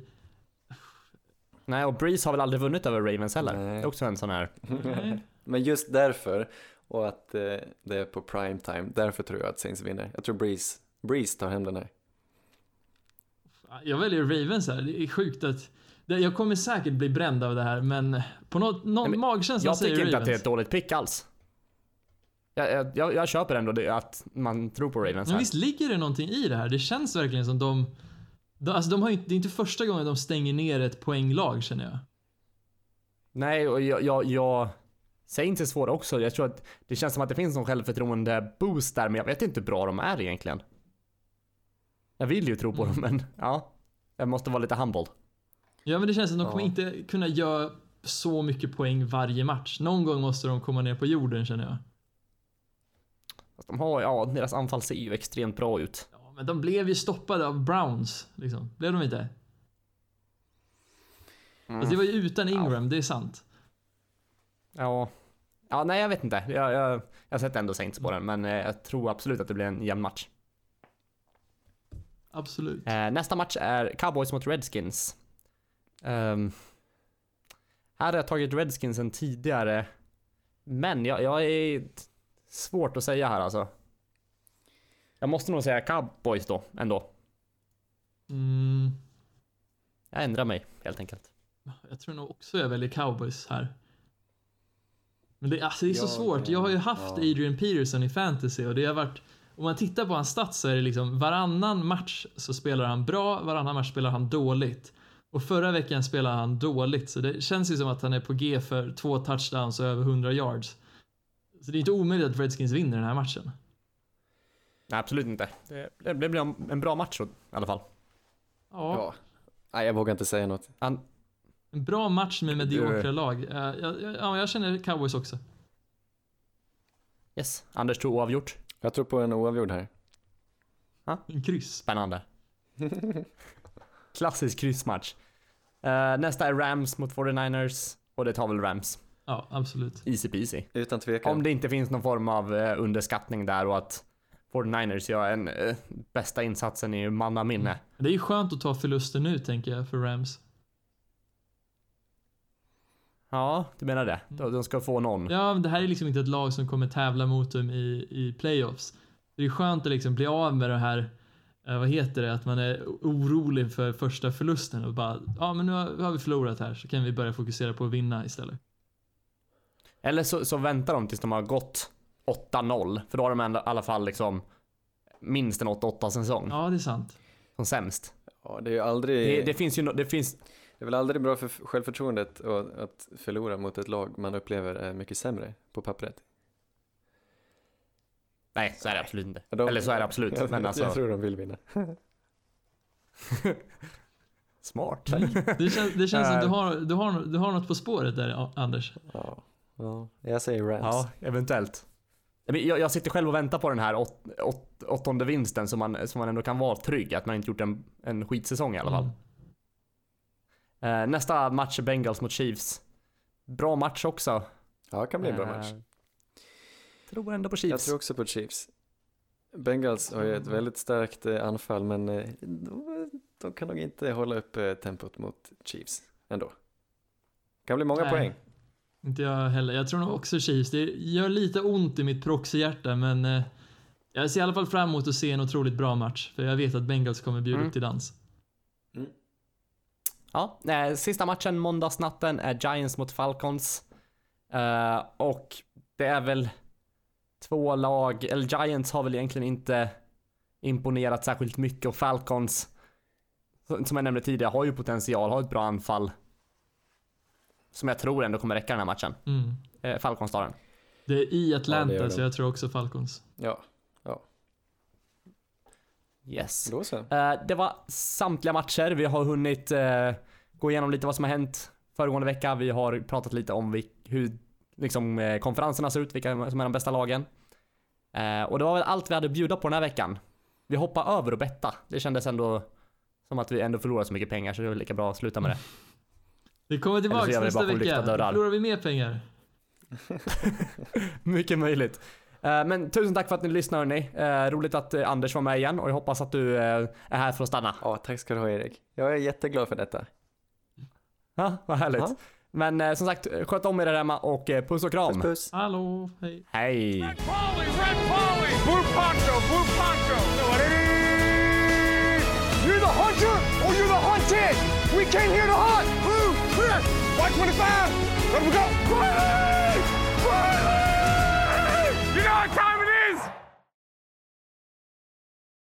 Nej, och Breeze har väl aldrig vunnit över Ravens heller. Nej. Det är också en sån här. Nej. Men just därför, och att eh, det är på prime time. Därför tror jag att Saints vinner. Jag tror Breeze, Breeze tar hem den här. Jag väljer Ravens här. Det är sjukt att... Jag kommer säkert bli bränd av det här, men på något, någon men magkänsla jag säger tycker inte Ravens. att det är ett dåligt pick alls. Jag, jag, jag, jag köper ändå det, att man tror på Ravens Men här. visst ligger det någonting i det här? Det känns verkligen som de... de alltså de har ju, det är inte första gången de stänger ner ett poänglag, känner jag. Nej, och jag, jag, jag Saints är svåra också. Jag tror att det känns som att det finns någon självförtroende boost där, men jag vet inte hur bra de är egentligen. Jag vill ju tro på Mm. dem, men ja, jag måste vara lite humble. Ja, men det känns som att de Ja. kommer inte kunna göra så mycket poäng varje match. Någon gång måste de komma ner på jorden, känner jag. Fast de har, ja, deras anfall ser ju extremt bra ut. Ja, men de blev ju stoppade av Browns, liksom. Blev de inte? Mm. Alltså, det var ju utan Ingram, det är sant. Ja. Ja, nej jag vet inte. Jag, jag, jag sätter ändå Saints på den, men eh, jag tror absolut att det blir en jämn match. Absolut. Eh, nästa match är Cowboys mot Redskins. Um, här har jag tagit Redskinsen tidigare, men jag, jag är svårt att säga här alltså. Jag måste nog säga Cowboys då, ändå. Mm, Jag ändrar mig, helt enkelt. jag tror nog också jag väljer Cowboys här. Men det, alltså, det är så Ja, svårt. Jag har ju haft ja. Adrian Peterson i fantasy och det har varit... Om man tittar på hans stats så är det liksom varannan match så spelar han bra, varannan match spelar han dåligt. Och förra veckan spelade han dåligt, så det känns ju som att han är på G för två touchdowns och över hundra yards. Så det är inte omöjligt att Redskins vinner den här matchen. Nej, absolut inte. Det, det blir en bra match i alla fall. Ja, Ja. Nej, jag vågar inte säga något. Han, en bra match med mediokra lag. Uh, jag, jag, ja, jag känner Cowboys också. yes, Anders tror oavgjort. Jag tror på en oavgjord här. En kryss. Spännande. Klassisk kryssmatch. Uh, nästa är Rams mot fyrtionioers, och det tar väl Rams. Ja, absolut. Easy peasy. Utan tvekan. Om det inte finns någon form av uh, underskattning där och att fyrtionioers gör en uh, bästa insatsen i mannaminne. Det är ju skönt att ta förluster nu, tänker jag, för Rams. Ja, du menar det? De, de ska få någon. Ja, men det här är liksom inte ett lag som kommer tävla mot dem i, i playoffs. Det är skönt att liksom bli av med det här, eh, vad heter det, att man är orolig för första förlusten och bara, ja men nu har, har vi förlorat här, så kan vi börja fokusera på att vinna istället. Eller så, så väntar de tills de har gått åtta noll, för då har de ändå, i alla fall liksom minst en åtta åtta säsong. Ja, det är sant. Som sämst. Ja, det är ju aldrig... Det, det finns ju no- det finns Det är väl aldrig bra för självförtroendet att, att förlora mot ett lag man upplever är mycket sämre på pappret. nej, så är det absolut inte. De- Eller så är det absolut, jag, men alltså jag tror de vill vinna. smart. Det känns, det känns som Eh. du har, du, har, du har något på spåret där, Anders. Ja, ja, jag säger Rams. Ja, eventuellt. Jag, jag sitter själv och väntar på den här åt, åt, åttonde vinsten som man, som man ändå kan vara trygg att man inte gjort en, en skitsäsong i alla fall. Mm. Eh, nästa match är Bengals mot Chiefs. Bra match också. Ja, det kan bli en bra match. Eh, tror ändå på Jag Chiefs. tror också på Chiefs. Bengals har ju ett väldigt starkt eh, anfall, men eh, de, de kan nog inte hålla upp eh, tempot mot Chiefs ändå. Kan bli många Nej. poäng. Inte jag heller. Jag tror nog också Chiefs. Det gör lite ont i mitt proxyhjärta, men eh, jag ser i alla fall fram emot att se en otroligt bra match. För jag vet att Bengals kommer bjuda Mm. upp till dans. Ja, eh, sista matchen måndagsnatten är Giants mot Falcons. Eh, och det är väl två lag, eller Giants har väl egentligen inte imponerat särskilt mycket, och Falcons, som jag nämnde tidigare, har ju potential, har ett bra anfall som jag tror ändå kommer räcka den här matchen. Mm. Eh, Falcons tar den. Det är i Atlanta, Ja, det gör så de. jag tror också Falcons. Ja, Yes. då så. Eh, det var samtliga matcher. Vi har hunnit eh, gå igenom lite vad som har hänt föregående vecka. Vi har pratat lite om vi, hur liksom, eh, konferenserna ser ut, vilka som är de bästa lagen. Eh, och det var väl allt vi hade att bjuda på den här veckan. Vi hoppade över och betta. Det kändes ändå som att vi ändå förlorade så mycket pengar, så det var lika bra att sluta med det. Vi kommer Eller så tillbaka gör vi nästa bakom lyckta vecka. Då dörrar. förlorar vi mer pengar. Mycket möjligt. Eh, men tusen tack för att ni lyssnar, hörni. Eh, roligt att eh, Anders var med igen, och jag hoppas att du eh, är här för att stanna. Ja, tack ska du ha, Erik. Jag är jätteglad för detta. Ja, vad härligt. Ja. Men eh, som sagt, sköt om er där hemma och eh, puss och kram. Puss, puss. Hallå, hej. Hej. Red Polly, Red Polly, Blue Poncho, Blue Poncho. You're the hunter or you're the hunted. We came here to hunt. Blue, clear. White twenty-five. Let we go. Quiet.